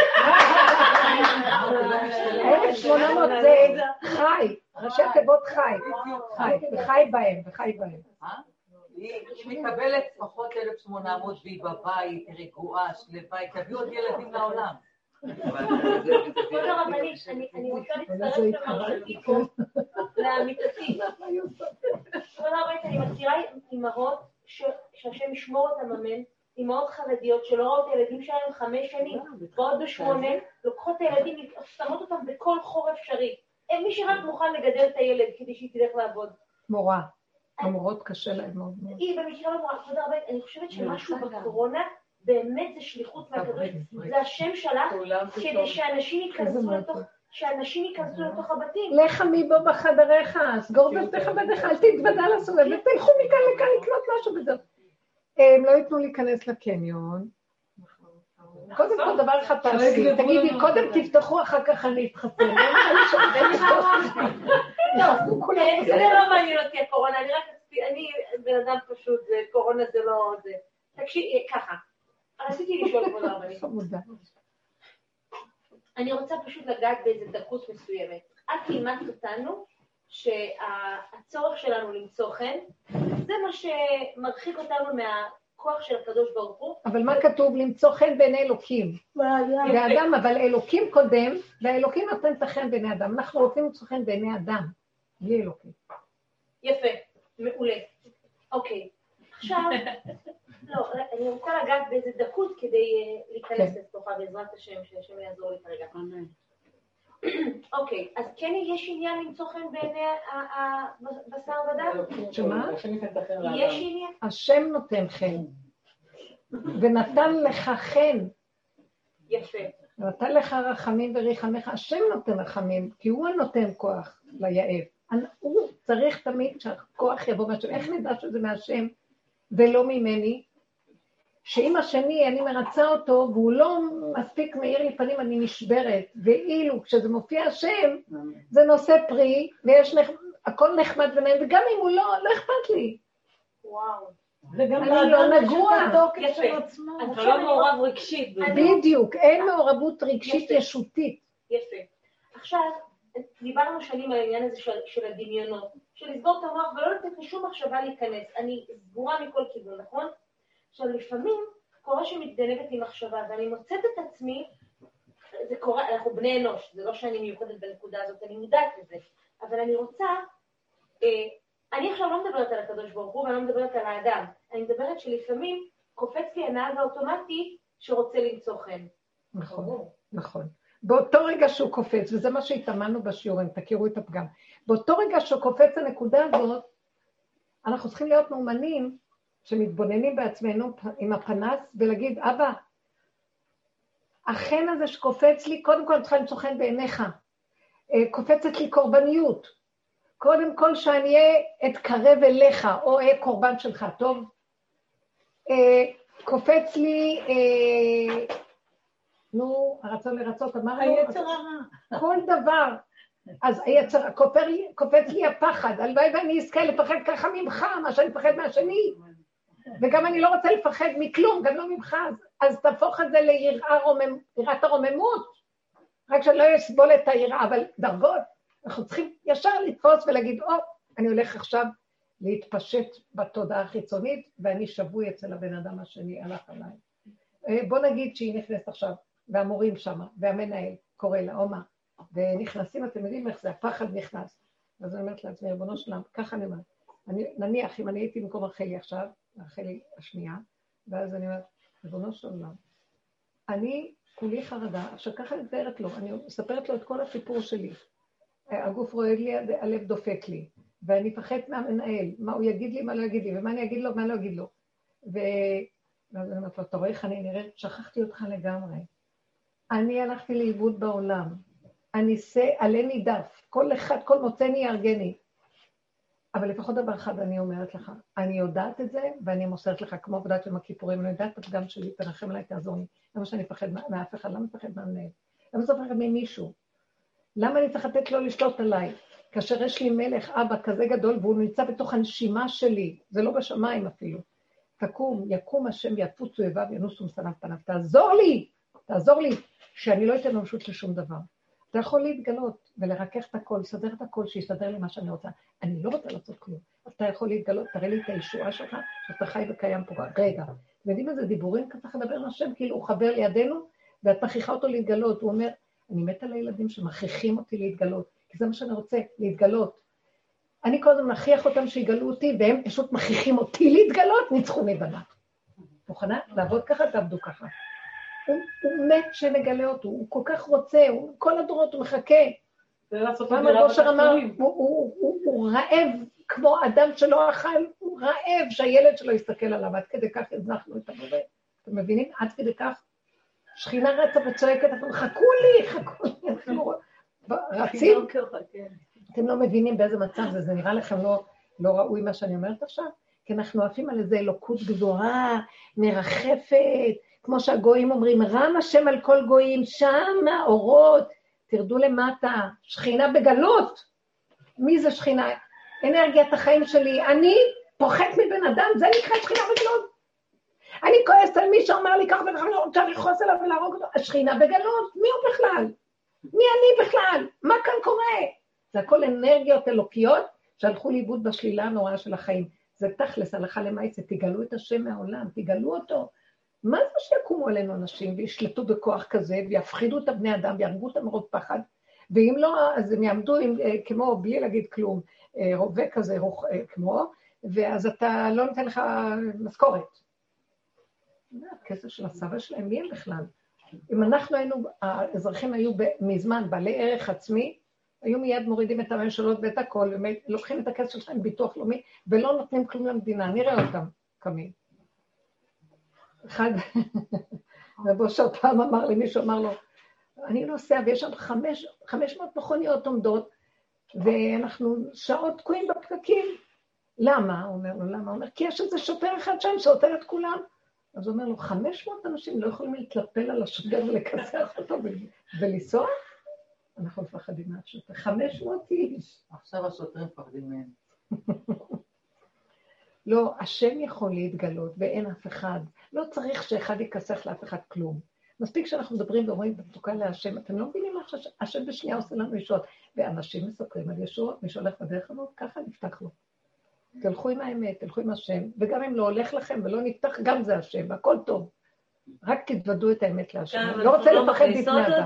1,800 זה חי, ראשי תיבות חי, וחי בהם. היא מקבלת פחות 1,800 והיא בבית, רגועה, שלווה, היא תביא עוד ילדים לעולם. כבוד הרבנית, אני רוצה להצטרף לאמיתתי. כבוד הרבנית, אני מכירה אימהות שהשם ישמור אותם אמן, אימהות חרדיות שלא ראו את הילדים שלהם 5 שנים, ועוד ב8, לוקחות את הילדים, שמות אותם בכל חור אפשרי. אין מי שרק מוכן לגדל את הילד כדי שהיא תלך לעבוד. מורה. המורות קשה להם מאוד. היא במקרה למורה, כבוד הרבנית, אני חושבת שמשהו בקורונה, באמת זה שליחות מהקדוש, זה השם שלך, כדי שאנשים ייכנסו לתוך הבתים. לך מי בו בחדריך, סגור דלתך בדרך, אל תתוודע לסובב, ותלכו מכאן לכאן לקנות משהו בזה. הם לא ייתנו להיכנס לקניון. קודם כל דבר אחד תעשי, תגידי, קודם תפתחו, אחר כך אני אתחסן. זה לא מעניין אותי הקורונה, אני בן אדם פשוט, קורונה זה לא זה. תקשיבי, ככה. רציתי לשאול כבוד הרבנית. אני רוצה פשוט לגעת באיזה דקות מסוימת. את לימדת אותנו שהצורך שלנו למצוא חן, זה מה שמרחיק אותנו מהכוח של הקדוש ברוך הוא. אבל מה כתוב? למצוא חן בעיני אלוקים. באדם, אבל אלוקים קודם, והאלוקים נותן את החן בעיני אדם. אנחנו רוצים למצוא חן בעיני אדם, בלי אלוקים. יפה, מעולה. אוקיי, עכשיו... לא, אני רוצה לגעת באיזה דקות כדי להיכנס לתוכה בעזרת השם, שהשם יעזור לי כרגע. אוקיי, אז כן יש עניין למצוא חן בעיני הבשר ודם? שמה? יש עניין? השם נותן חן, ונתן לך חן. יפה. נתן לך רחמים וריחמך, השם נותן רחמים, כי הוא הנותן כוח ליעב. הוא צריך תמיד שהכוח יבוא מהשם. איך נדע שזה מהשם ולא ממני? שאם השני אני מרצה אותו והוא לא מספיק מאיר לי פנים, אני נשברת. ואילו כשזה מופיע השם, זה נושא פרי, ויש הכל נחמד ונעים, וגם אם הוא לא אכפת לי. וואו. אני לא נגוע. יפה. אתה לא מעורב רגשית. בדיוק, אין מעורבות רגשית ישותית. יפה. עכשיו, דיברנו שנים על העניין הזה של הדמיונות, של לסגור את המוח ולא לתת לשום מחשבה להיכנס. אני סגורה מכל כיוון, נכון? עכשיו, לפעמים קורה שמתגנבת לי מחשבה, ואני מוצאת את עצמי, זה קורה, אנחנו בני אנוש, זה לא שאני מיוחדת בנקודה הזאת, אני מודעת לזה, אבל אני רוצה, אני עכשיו לא מדברת על הקדוש ברוך הוא, ואני לא מדברת על האדם, אני מדברת שלפעמים קופץ לי הנהג האוטומטי שרוצה למצוא חן. נכון, נכון. באותו רגע שהוא קופץ, וזה מה שהתאמנו בשיעורים, תכירו את הפגם, באותו רגע שהוא קופץ הנקודה הזאת, אנחנו צריכים להיות מאומנים, שמתבוננים בעצמנו עם הפנס, ולהגיד, אבא, החן הזה שקופץ לי, קודם כל צריכה למצוא חן בעיניך, קופצת לי קורבניות, קודם כל שאני אתקרב אליך, או אהיה קורבן שלך, טוב? קופץ לי, הרצון לרצות, אמרנו, היצר הרע. כל דבר, אז היצר, קופץ לי הפחד, הלוואי ואני אזכה לפחד ככה ממך, מה שאני מפחד מהשני, וגם אני לא רוצה לפחד מכלום, גם לא ממך, אז תהפוך את זה ליראת הרוממות, רק שאני לא אסבול את היראה, אבל דרגות, אנחנו צריכים ישר לתפוס ולהגיד, אני הולך עכשיו להתפשט בתודעה החיצונית, ואני שבוי אצל הבן אדם השני, הלך עליי. בוא נגיד שהיא נכנסת עכשיו, והמורים שם, והמנהל קורא לה, או מה, ונכנסים, אתם יודעים איך זה, הפחד נכנס. אז אני אומרת לעצמי, רבונו שלם, ככה אני אומרת, נניח, אם אני הייתי במקום רחלי עכשיו, רחלי השנייה, ואז אני אומרת, רבונו שלם, אני כולי חרדה, עכשיו ככה אני מתארת לו, אני מספרת לו את כל הסיפור שלי, הגוף רועד לי, הלב דופק לי, ואני פחד מהמנהל, מה הוא יגיד לי, מה לא יגיד לי, ומה אני אגיד לו, מה לא אגיד לו. ואז אני אומרת לו, אתה רואה איך אני נראית? שכחתי אותך לגמרי. אני הלכתי לאיבוד בעולם. אני עלה דף. כל אחד, כל מוצאני יארגני. אבל לפחות דבר אחד אני אומרת לך, אני יודעת את זה, ואני מוסרת לך כמו עבודת יום הכיפורים, אני יודעת את הפגם שלי, תרחם עליי, תעזור לי. למה שאני מפחד מאף אחד? למה מפחד מהמנהל? למה זה מפחד ממישהו? למה אני צריך לתת לו לשלוט עליי? כאשר יש לי מלך אבא כזה גדול, והוא נמצא בתוך הנשימה שלי, זה לא בשמיים אפילו. יקום השם יפוצו אביו ינוסו מסנף פניו. תעזור לי, שאני לא אתן ממשות לשום דבר. אתה יכול להתגלות ולרכך את הכל, לסדר את הכל, שיסדר לי מה שאני רוצה. אני לא רוצה לעשות כלום. אתה יכול להתגלות, תראה לי את הישועה שלך, שאתה חי וקיים פה. רגע, אתם יודעים איזה דיבורים ככה לדבר עם השם, כאילו הוא חבר לידינו, ואת מכריחה אותו להתגלות. הוא אומר, אני מת על הילדים שמכריחים אותי להתגלות, כי זה מה שאני רוצה, להתגלות. אני קודם מכריח אותם שיגלו אותי, והם פשוט מכריחים אותי להתגלות, ניצחו מבנה. מוכנה? לעבוד ככה, תעבדו ככה. הוא מת שנגלה אותו, הוא כל כך רוצה, כל הדורות הוא מחכה. פעם הבושר אמר, הוא רעב כמו אדם שלא אכל, הוא רעב שהילד שלו יסתכל עליו, עד כדי כך הזנחנו את הבורא. אתם מבינים? עד כדי כך שכינה רצה וצועקת, אבל חכו לי, אנחנו רצים. אתם לא מבינים באיזה מצב זה, זה נראה לכם לא ראוי מה שאני אומרת עכשיו? כי אנחנו עפים על איזה אלוקות גדורה, מרחפת, כמו שהגויים אומרים, רם השם על כל גויים, שם האורות, תרדו למטה, שכינה בגלות. מי זה שכינה? אנרגיית החיים שלי, אני פוחד מבן אדם, זה נקרא שכינה בגלות. אני כועסת על מי שאומר לי כך וכך, אני רוצה לכעוס עליו ולהרוג אותו, השכינה בגלות, מי הוא בכלל? מי אני בכלל? מה כאן קורה? זה הכל אנרגיות אלוקיות שהלכו לאיבוד בשלילה הנוראה של החיים. זה תכלס, הלכה למעשה, תגלו את השם מהעולם, תגלו אותו. מה זה שיקומו עלינו אנשים וישלטו בכוח כזה, ויפחידו את הבני אדם, וירגו אותם מרוב פחד, ואם לא, אז הם יעמדו כמו, בלי להגיד כלום, רובה כזה, כמו, ואז אתה לא נותן לך משכורת. הכסף של הסבא שלהם, מי הם בכלל? אם אנחנו היינו, האזרחים היו מזמן בעלי ערך עצמי, היו מיד מורידים את הממשלות ואת הכל, לוקחים את הכסף שלהם ביטוח לאומי, ולא נותנים כלום למדינה, נראה אותם קמים. אחד, ובושר פעם אמר לי, מישהו אמר לו, אני נוסע ויש שם 500 מכוניות עומדות, ואנחנו שעות תקועים בפקקים. למה? הוא אומר לו, למה? הוא אומר, כי יש איזה שוטר אחד שם שעוטר את כולם. אז הוא אומר לו, 500 אנשים לא יכולים להתלפל על השוטר ולכסח אותו ולנסוע? אנחנו מפחדים מהשוטר. 500 איש. עכשיו השוטרים מפחדים מהם. לא, השם יכול להתגלות ואין אף אחד. לא צריך שאחד ייכסח לאף אחד כלום. מספיק שאנחנו מדברים ואומרים, בתוקה להשם, אתם לא מבינים מה השם בשנייה עושה לנו ישועות. ואנשים מספרים על ישועות, מי שהולך בדרך הזאת, ככה נפתח לו. תלכו עם האמת, תלכו עם השם, וגם אם לא הולך לכם ולא נפתח, גם זה השם, הכל טוב. רק תתוודו את האמת להשם. לא רוצה לפחד לפני אדם.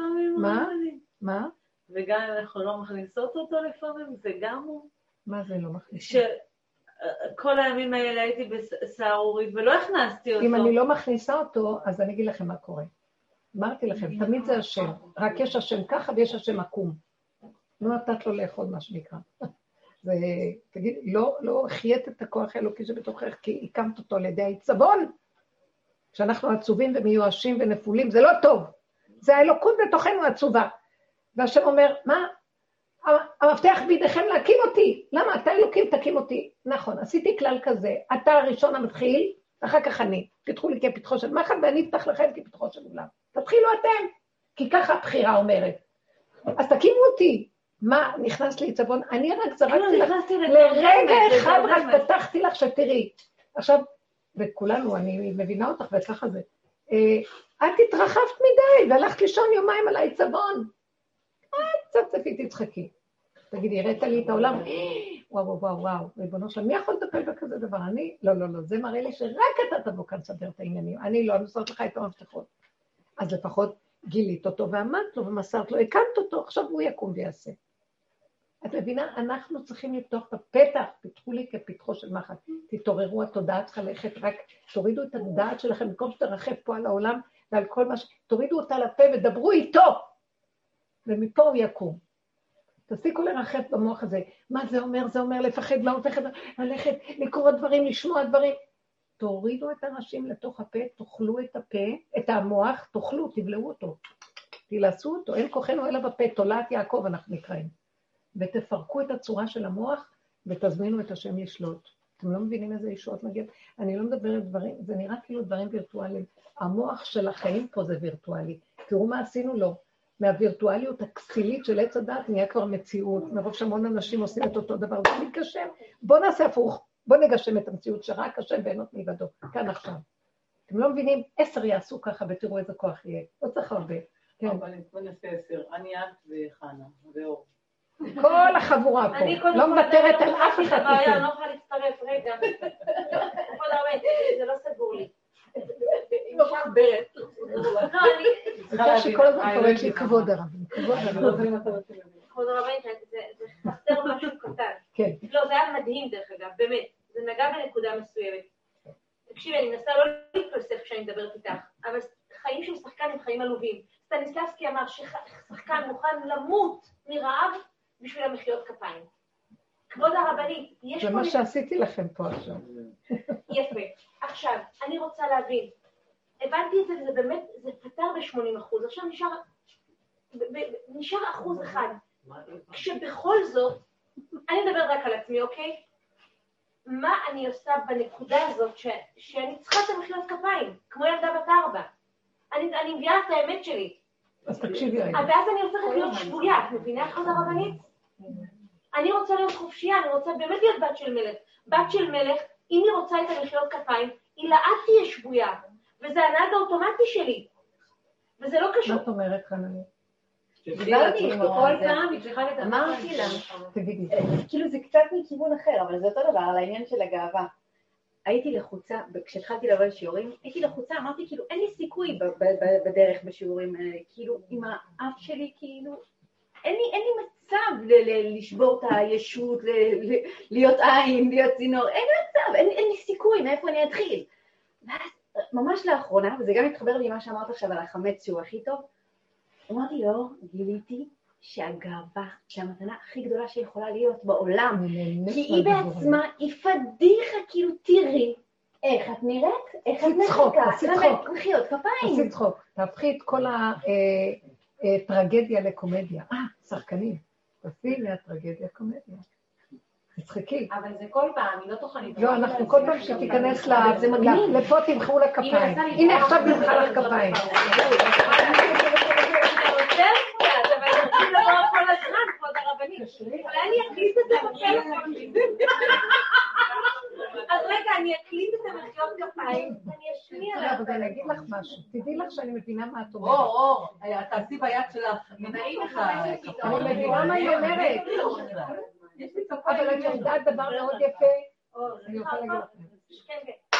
מה? וגם אם אנחנו לא מכניסות אותו לפעמים, זה גם הוא. מה זה לא מכניס? כל הימים האלה הייתי בסערורית ולא הכנסתי אותו. אם אני לא מכניסה אותו, אז אני אגיד לכם מה קורה. אמרתי לכם, תמיד זה השם. רק יש השם ככה ויש השם עקום. לא נתת לו לאכול מה שנקרא. תגיד, לא חיית את הכוח האלוקי שבתוכך, כי הקמת אותו על ידי העיצבון. כשאנחנו עצובים ומיואשים ונפולים, זה לא טוב. זה האלוקות בתוכנו עצובה. והשם אומר, מה? המפתח בידיכם להקים אותי. למה? אתה אלוקים תקים אותי. נכון, עשיתי כלל כזה. אתה הראשון המתחיל, אחר כך אני. תתחו לי כפתחו של מחד, ואני אפתח לכם כפתחו של אולם. תתחילו אתם, כי ככה הבחירה אומרת. אז תקימו אותי. מה? נכנס לי עיצבון? אני רק זרקתי לך. לרגע אחד רק פתחתי לך שתראי. עכשיו, וכולנו, אני מבינה אותך, וככה זה. את התרחבת מדי, והלכת לישון יומיים על העיצבון. צפצפי, תצחקי. תגידי, הראת לי את העולם? וואו, וואו, וואו. ריבונו שלם, מי יכול לטפל בכזה דבר? אני? לא, לא, לא. זה מראה לי שרק אתה תבוא כאן לסדר את העניינים. אני לא, אני מסרת לך את המפתחות. אז לפחות גילית אותו ועמדת לו ומסרת לו, הקמת אותו, עכשיו הוא יקום ויעשה. את מבינה? אנחנו צריכים לפתוח את הפתח, פתחו לי כפתחו של מחט. תתעוררו, התודעה צריכה ללכת, רק תורידו את הדעת שלכם, במקום שתרחב פה על העולם ועל כל מה תורידו אותה לפה ודברו איתו. ומפה הוא יקום. תפסיקו לרחב במוח הזה. מה זה אומר? זה אומר לפחד, מה הופך ללכת, לקרוא דברים, לשמוע דברים. תורידו את האנשים לתוך הפה, תאכלו את הפה, את המוח, תאכלו, תבלעו אותו. תלעשו אותו, אין כוחנו אלא בפה, תולעת יעקב אנחנו נקראים. ותפרקו את הצורה של המוח, ותזמינו את השם לשלוט. אתם לא מבינים איזה ישועות מגיעות? אני לא מדברת דברים, זה נראה כאילו דברים וירטואליים. המוח של החיים פה זה וירטואלי. תראו מה עשינו לו. מהווירטואליות הכסילית של עץ הדת נהיה כבר מציאות, מרוב שהמון אנשים עושים את אותו דבר, זה מתגשם. בוא נעשה הפוך, בוא נגשם את המציאות שרק השם ואינות מלבדו, כאן עכשיו. אתם לא מבינים, 10 יעשו ככה ותראו איזה כוח יהיה, לא צריך הרבה. כן. אבל בוא נעשה 10, אני את וחנה, ואור. כל החבורה פה, לא מוותרת על אף אחד. אני לא יכולה להצטרף, רגע. כבוד הרבה, זה לא סגור לי. היא לא מחברת. לא, אני... זה שכל הזמן קוראת לי כבוד הרב. כבוד הרב, זה חסר משהו קטן. כן. לא, זה היה מדהים דרך אגב, באמת. זה נגע בנקודה מסוימת. תקשיבי, אני מנסה לא להתפלסף כשאני מדברת איתך, אבל חיים של שחקן הם חיים עלובים. סטניסלבסקי אמר ששחקן מוכן למות מרעב בשביל המחיאות כפיים. כבוד הרבנית, יש פה... זה מה שעשיתי לכם פה עכשיו. יפה. עכשיו, אני רוצה להבין. הבנתי את זה, וזה באמת, זה פתר ב-80%. עכשיו נשאר 1%. כשבכל זאת, אני מדבר רק על עצמי, אוקיי? מה אני עושה בנקודה הזאת שאני צריכה את המחיאות כפיים, כמו ילדה בת 4? אני מביאה את האמת שלי. אז תקשיבי רגע. ואז אני הופכת להיות שבויה, את מבינה כבוד הרבנית? אני רוצה להיות חופשייה, אני רוצה באמת להיות בת של מלך. בת של מלך, אם היא רוצה את המחיאות כפיים, היא לאט תהיה שבויה. וזה הנהג האוטומטי שלי. וזה לא קשור. מה את אומרת, חנני? דיברתי כל פעם, אמרתי לה, תגידי. כאילו זה קצת מכיוון אחר, אבל זה אותו דבר, על העניין של הגאווה. הייתי לחוצה, כשהתחלתי לבוא לשיעורים, הייתי לחוצה, אמרתי כאילו, אין לי סיכוי בדרך בשיעורים האלה, כאילו עם האף שלי, כאילו, אין לי מצב לשבור את הישות, להיות עין, להיות צינור, אין מצב, אין לי סיכוי, מאיפה אני אתחיל. ואז ממש לאחרונה, וזה גם מתחבר לי מה שאמרת עכשיו על החמץ שהוא הכי טוב, אמרתי לו, גיליתי שהגאווה, שהמתנה הכי גדולה שיכולה להיות בעולם, כי היא בעצמה, היא פדיחה, כאילו תראי, איך את נראית, איך את נחקה, מחיאות כפיים. עשית צחוק, תהפכי את כל הטרגדיה לקומדיה. שחקנים, תעשי מהטרגדיה קומדיה. תצחקי. אבל זה כל פעם, היא לא תוכל להתחיל. לא, אנחנו כל פעם שתיכנס לפה תמחאו לה כפיים. הנה עכשיו נמחא לך כפיים. אולי אני אקליט את זה בפלאפון. אז רגע, אני אקליט את המחיאות כפיים, אני אבל אני אגיד לך משהו, תדעי לך שאני מבינה מה את אומרת. אור, תעשי ביד שלך. אני מבינה מה היא אומרת. אבל אני יודעת דבר מאוד יפה, אני יכולה להגיד לכם,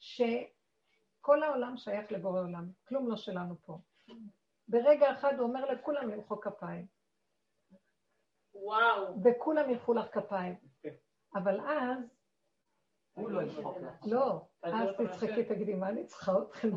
שכל העולם שייך לבורא עולם, כלום לא שלנו פה. ברגע אחד הוא אומר לכולם למחוא כפיים. וואו. וכולם ילכו לך כפיים. אבל אז... הוא לא ישחוק לך. לא, אז תצחקי, תגידי, מה אני צריכה אתכם?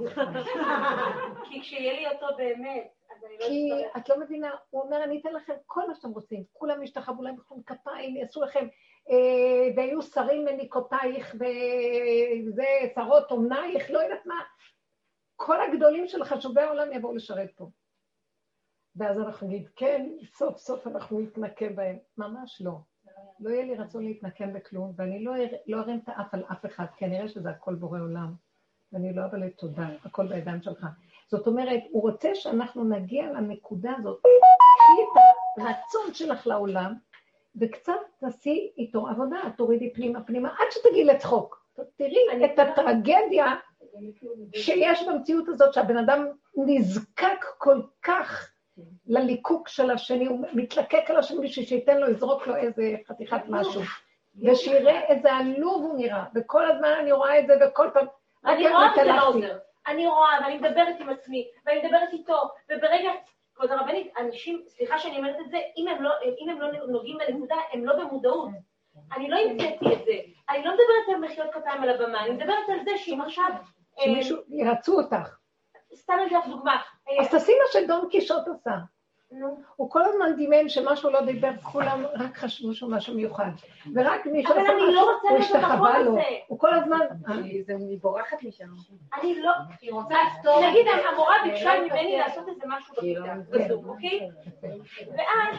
כי כשיהיה לי אותו באמת, אז אני לא כי אצטרך. את לא מבינה, הוא אומר, אני אתן לכם כל מה שאתם רוצים. כולם ישתחוו להם בכם כפיים, יעשו לכם, והיו שרים מניקותייך, וזה שרות אומנייך, לא יודעת מה. כל הגדולים של חשובי העולם יבואו לשרת פה. ואז אנחנו נגיד, כן, סוף סוף אנחנו נתנקם בהם. ממש לא. לא יהיה לי רצון להתנקם בכלום, ואני לא ארים את האף על אף אחד, כי אני רואה שזה הכל בורא עולם, ואני לא אבלה תודה, הכל בידיים שלך. זאת אומרת, הוא רוצה שאנחנו נגיע לנקודה הזאת, קחי את הרצון שלך לעולם, וקצת תעשי איתו עבודה, תורידי פנימה, עד שתגיעי לצחוק. תראי את הטרגדיה שיש במציאות הזאת, שהבן אדם נזקק כל כך לליקוק של השני, הוא מתלקק על השני בשביל שייתן לו, יזרוק לו איזה חתיכת משהו, ושיראה איזה עלוב הוא נראה, וכל הזמן אני רואה את זה, וכל פעם... אני רואה את זה לא עוזר. אני רואה, ואני מדברת עם עצמי, ואני מדברת איתו, וברגע, כבוד הרבנית, אנשים, סליחה שאני אומרת את זה, אם הם לא נוגעים בנקודה, הם לא במודעות. אני לא המצאתי את זה. אני לא מדברת על מחיאות כפיים על הבמה, אני מדברת על זה שאם עכשיו... שמישהו ירצו אותך. סתם אני אתן דוגמה. אז תעשי מה שדון קישוט עשה. הוא כל הזמן דימם שמשהו לא דיבר, כולם רק חשבו שהוא משהו מיוחד. ורק מישהו אבל אני לא רוצה להיות במקום הזה. הוא כל הזמן... זה מבורחת משם. אני לא... היא רוצה לפתור... נגיד, המורה ביקשה ממני לעשות איזה משהו בכיתה, בזום, אוקיי? ואז...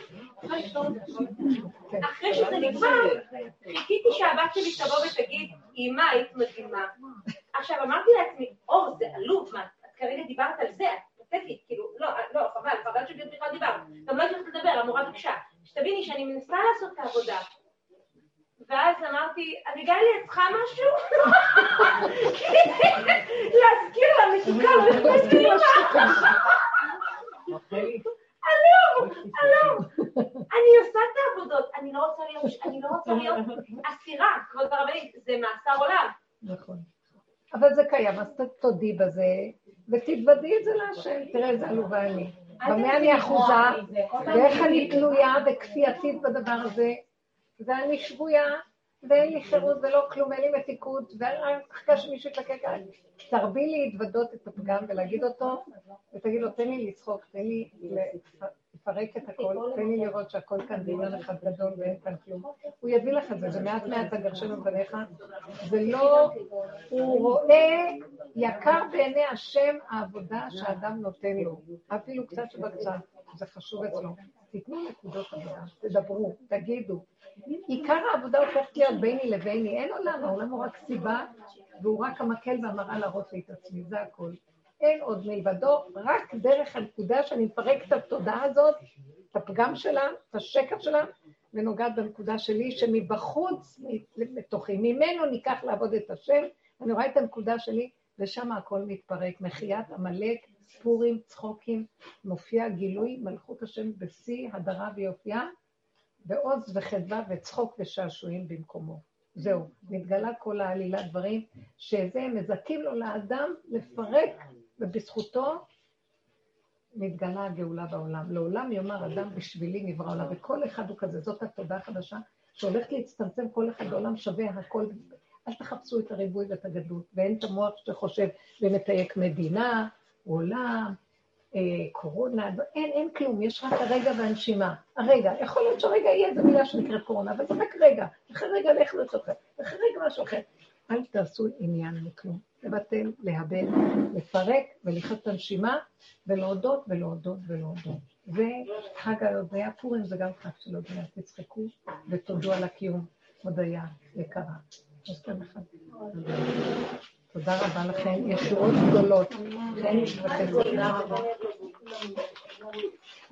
אחרי שזה נגמר, חיכיתי שהבת שלי תבוא ותגיד, אמא, היית מדהימה. עכשיו, אמרתי לעצמי, זה עלוב, מה? את כרגע דיברת על זה, פתטית, כאילו, לא, חבל שגאת בכלל דיבר. גם לא הייתי הולכת לדבר, המורה ביקשה. שתביני שאני מנסה לעשות את העבודה. ואז אמרתי, אני גאה לי, את צריכה משהו? להזכיר לה, מתוקה, להזכיר לה. אלום. אני עושה את העבודות, אני לא רוצה להיות אסירה, כבוד הרבנית, זה מאסר עולם. נכון. אבל זה קיים, אז תודי בזה, ותתוודי את זה להשם, תראה איזה עלובה אני. במה אני אחוזה, ואיך אני תלויה וכפייתית בדבר הזה, ואני שבויה, ואין לי חירות ולא כלום, אין לי מתיקות, ואני מחכה שמישהו יתלקק עליי. תרבי לי להתוודות את הפגם ולהגיד אותו, ותגיד לו, תן לי לצחוק, תן לי לפרק את הכל, תן לי לראות שהכל כאן דמיון אחד גדול ואין כאן כלום. הוא יביא לך את זה, זה מעט תגרשנו בניך, זה לא, הוא רואה יקר בעיני השם העבודה שהאדם נותן לו, אפילו קצת שבקצת, זה חשוב אצלו. תיתנו נקודות עבודה, תדברו, תגידו. עיקר העבודה הופכת להיות ביני לביני, אין עולם, העולם הוא רק סיבה, והוא רק המקל והמראה להראות לי את עצמי, זה הכל. אין עוד מלבדו, רק דרך הנקודה שאני מפרק את התודעה הזאת, את הפגם שלה, את השקר שלה, ונוגעת בנקודה שלי, שמבחוץ, מתוכי, ממנו ניקח לעבוד את השם, אני רואה את הנקודה שלי, ושם הכל מתפרק, מחיית עמלק, פורים, צחוקים, מופיע גילוי, מלכות השם בשיא, הדרה ויופייה, ועוז וחדווה וצחוק ושעשועים במקומו. זהו, מתגלה כל העלילת דברים, שזה מזכים לו לאדם לפרק, ובזכותו מתגלה הגאולה בעולם. לעולם יאמר אדם בשבילי נברא עולם, וכל אחד הוא כזה, זאת התודעה החדשה, שהולכת להצטמצם כל אחד בעולם שווה הכל, אל תחפשו את הריבוי ואת הגדלות, ואין את המוח שחושב ומתייק מדינה, עולם, קורונה, אין כלום, יש רק הרגע והנשימה. הרגע, יכול להיות שהרגע יהיה איזו מילה שנקראת קורונה, אבל זה רק רגע, אחרי רגע לך משהו אחר, אחרי רגע משהו אחר. אל תעשו עניין מכלום, לבטל, להבן, לפרק ולחיות את הנשימה, ולהודות ולהודות ולהודות. וחג ההודיה פורים זה גם חג של הודיה, תצחקו ותודו על הקיום, הודיה יקרה. תודה רבה לכם, ישועות גדולות. תודה רבה.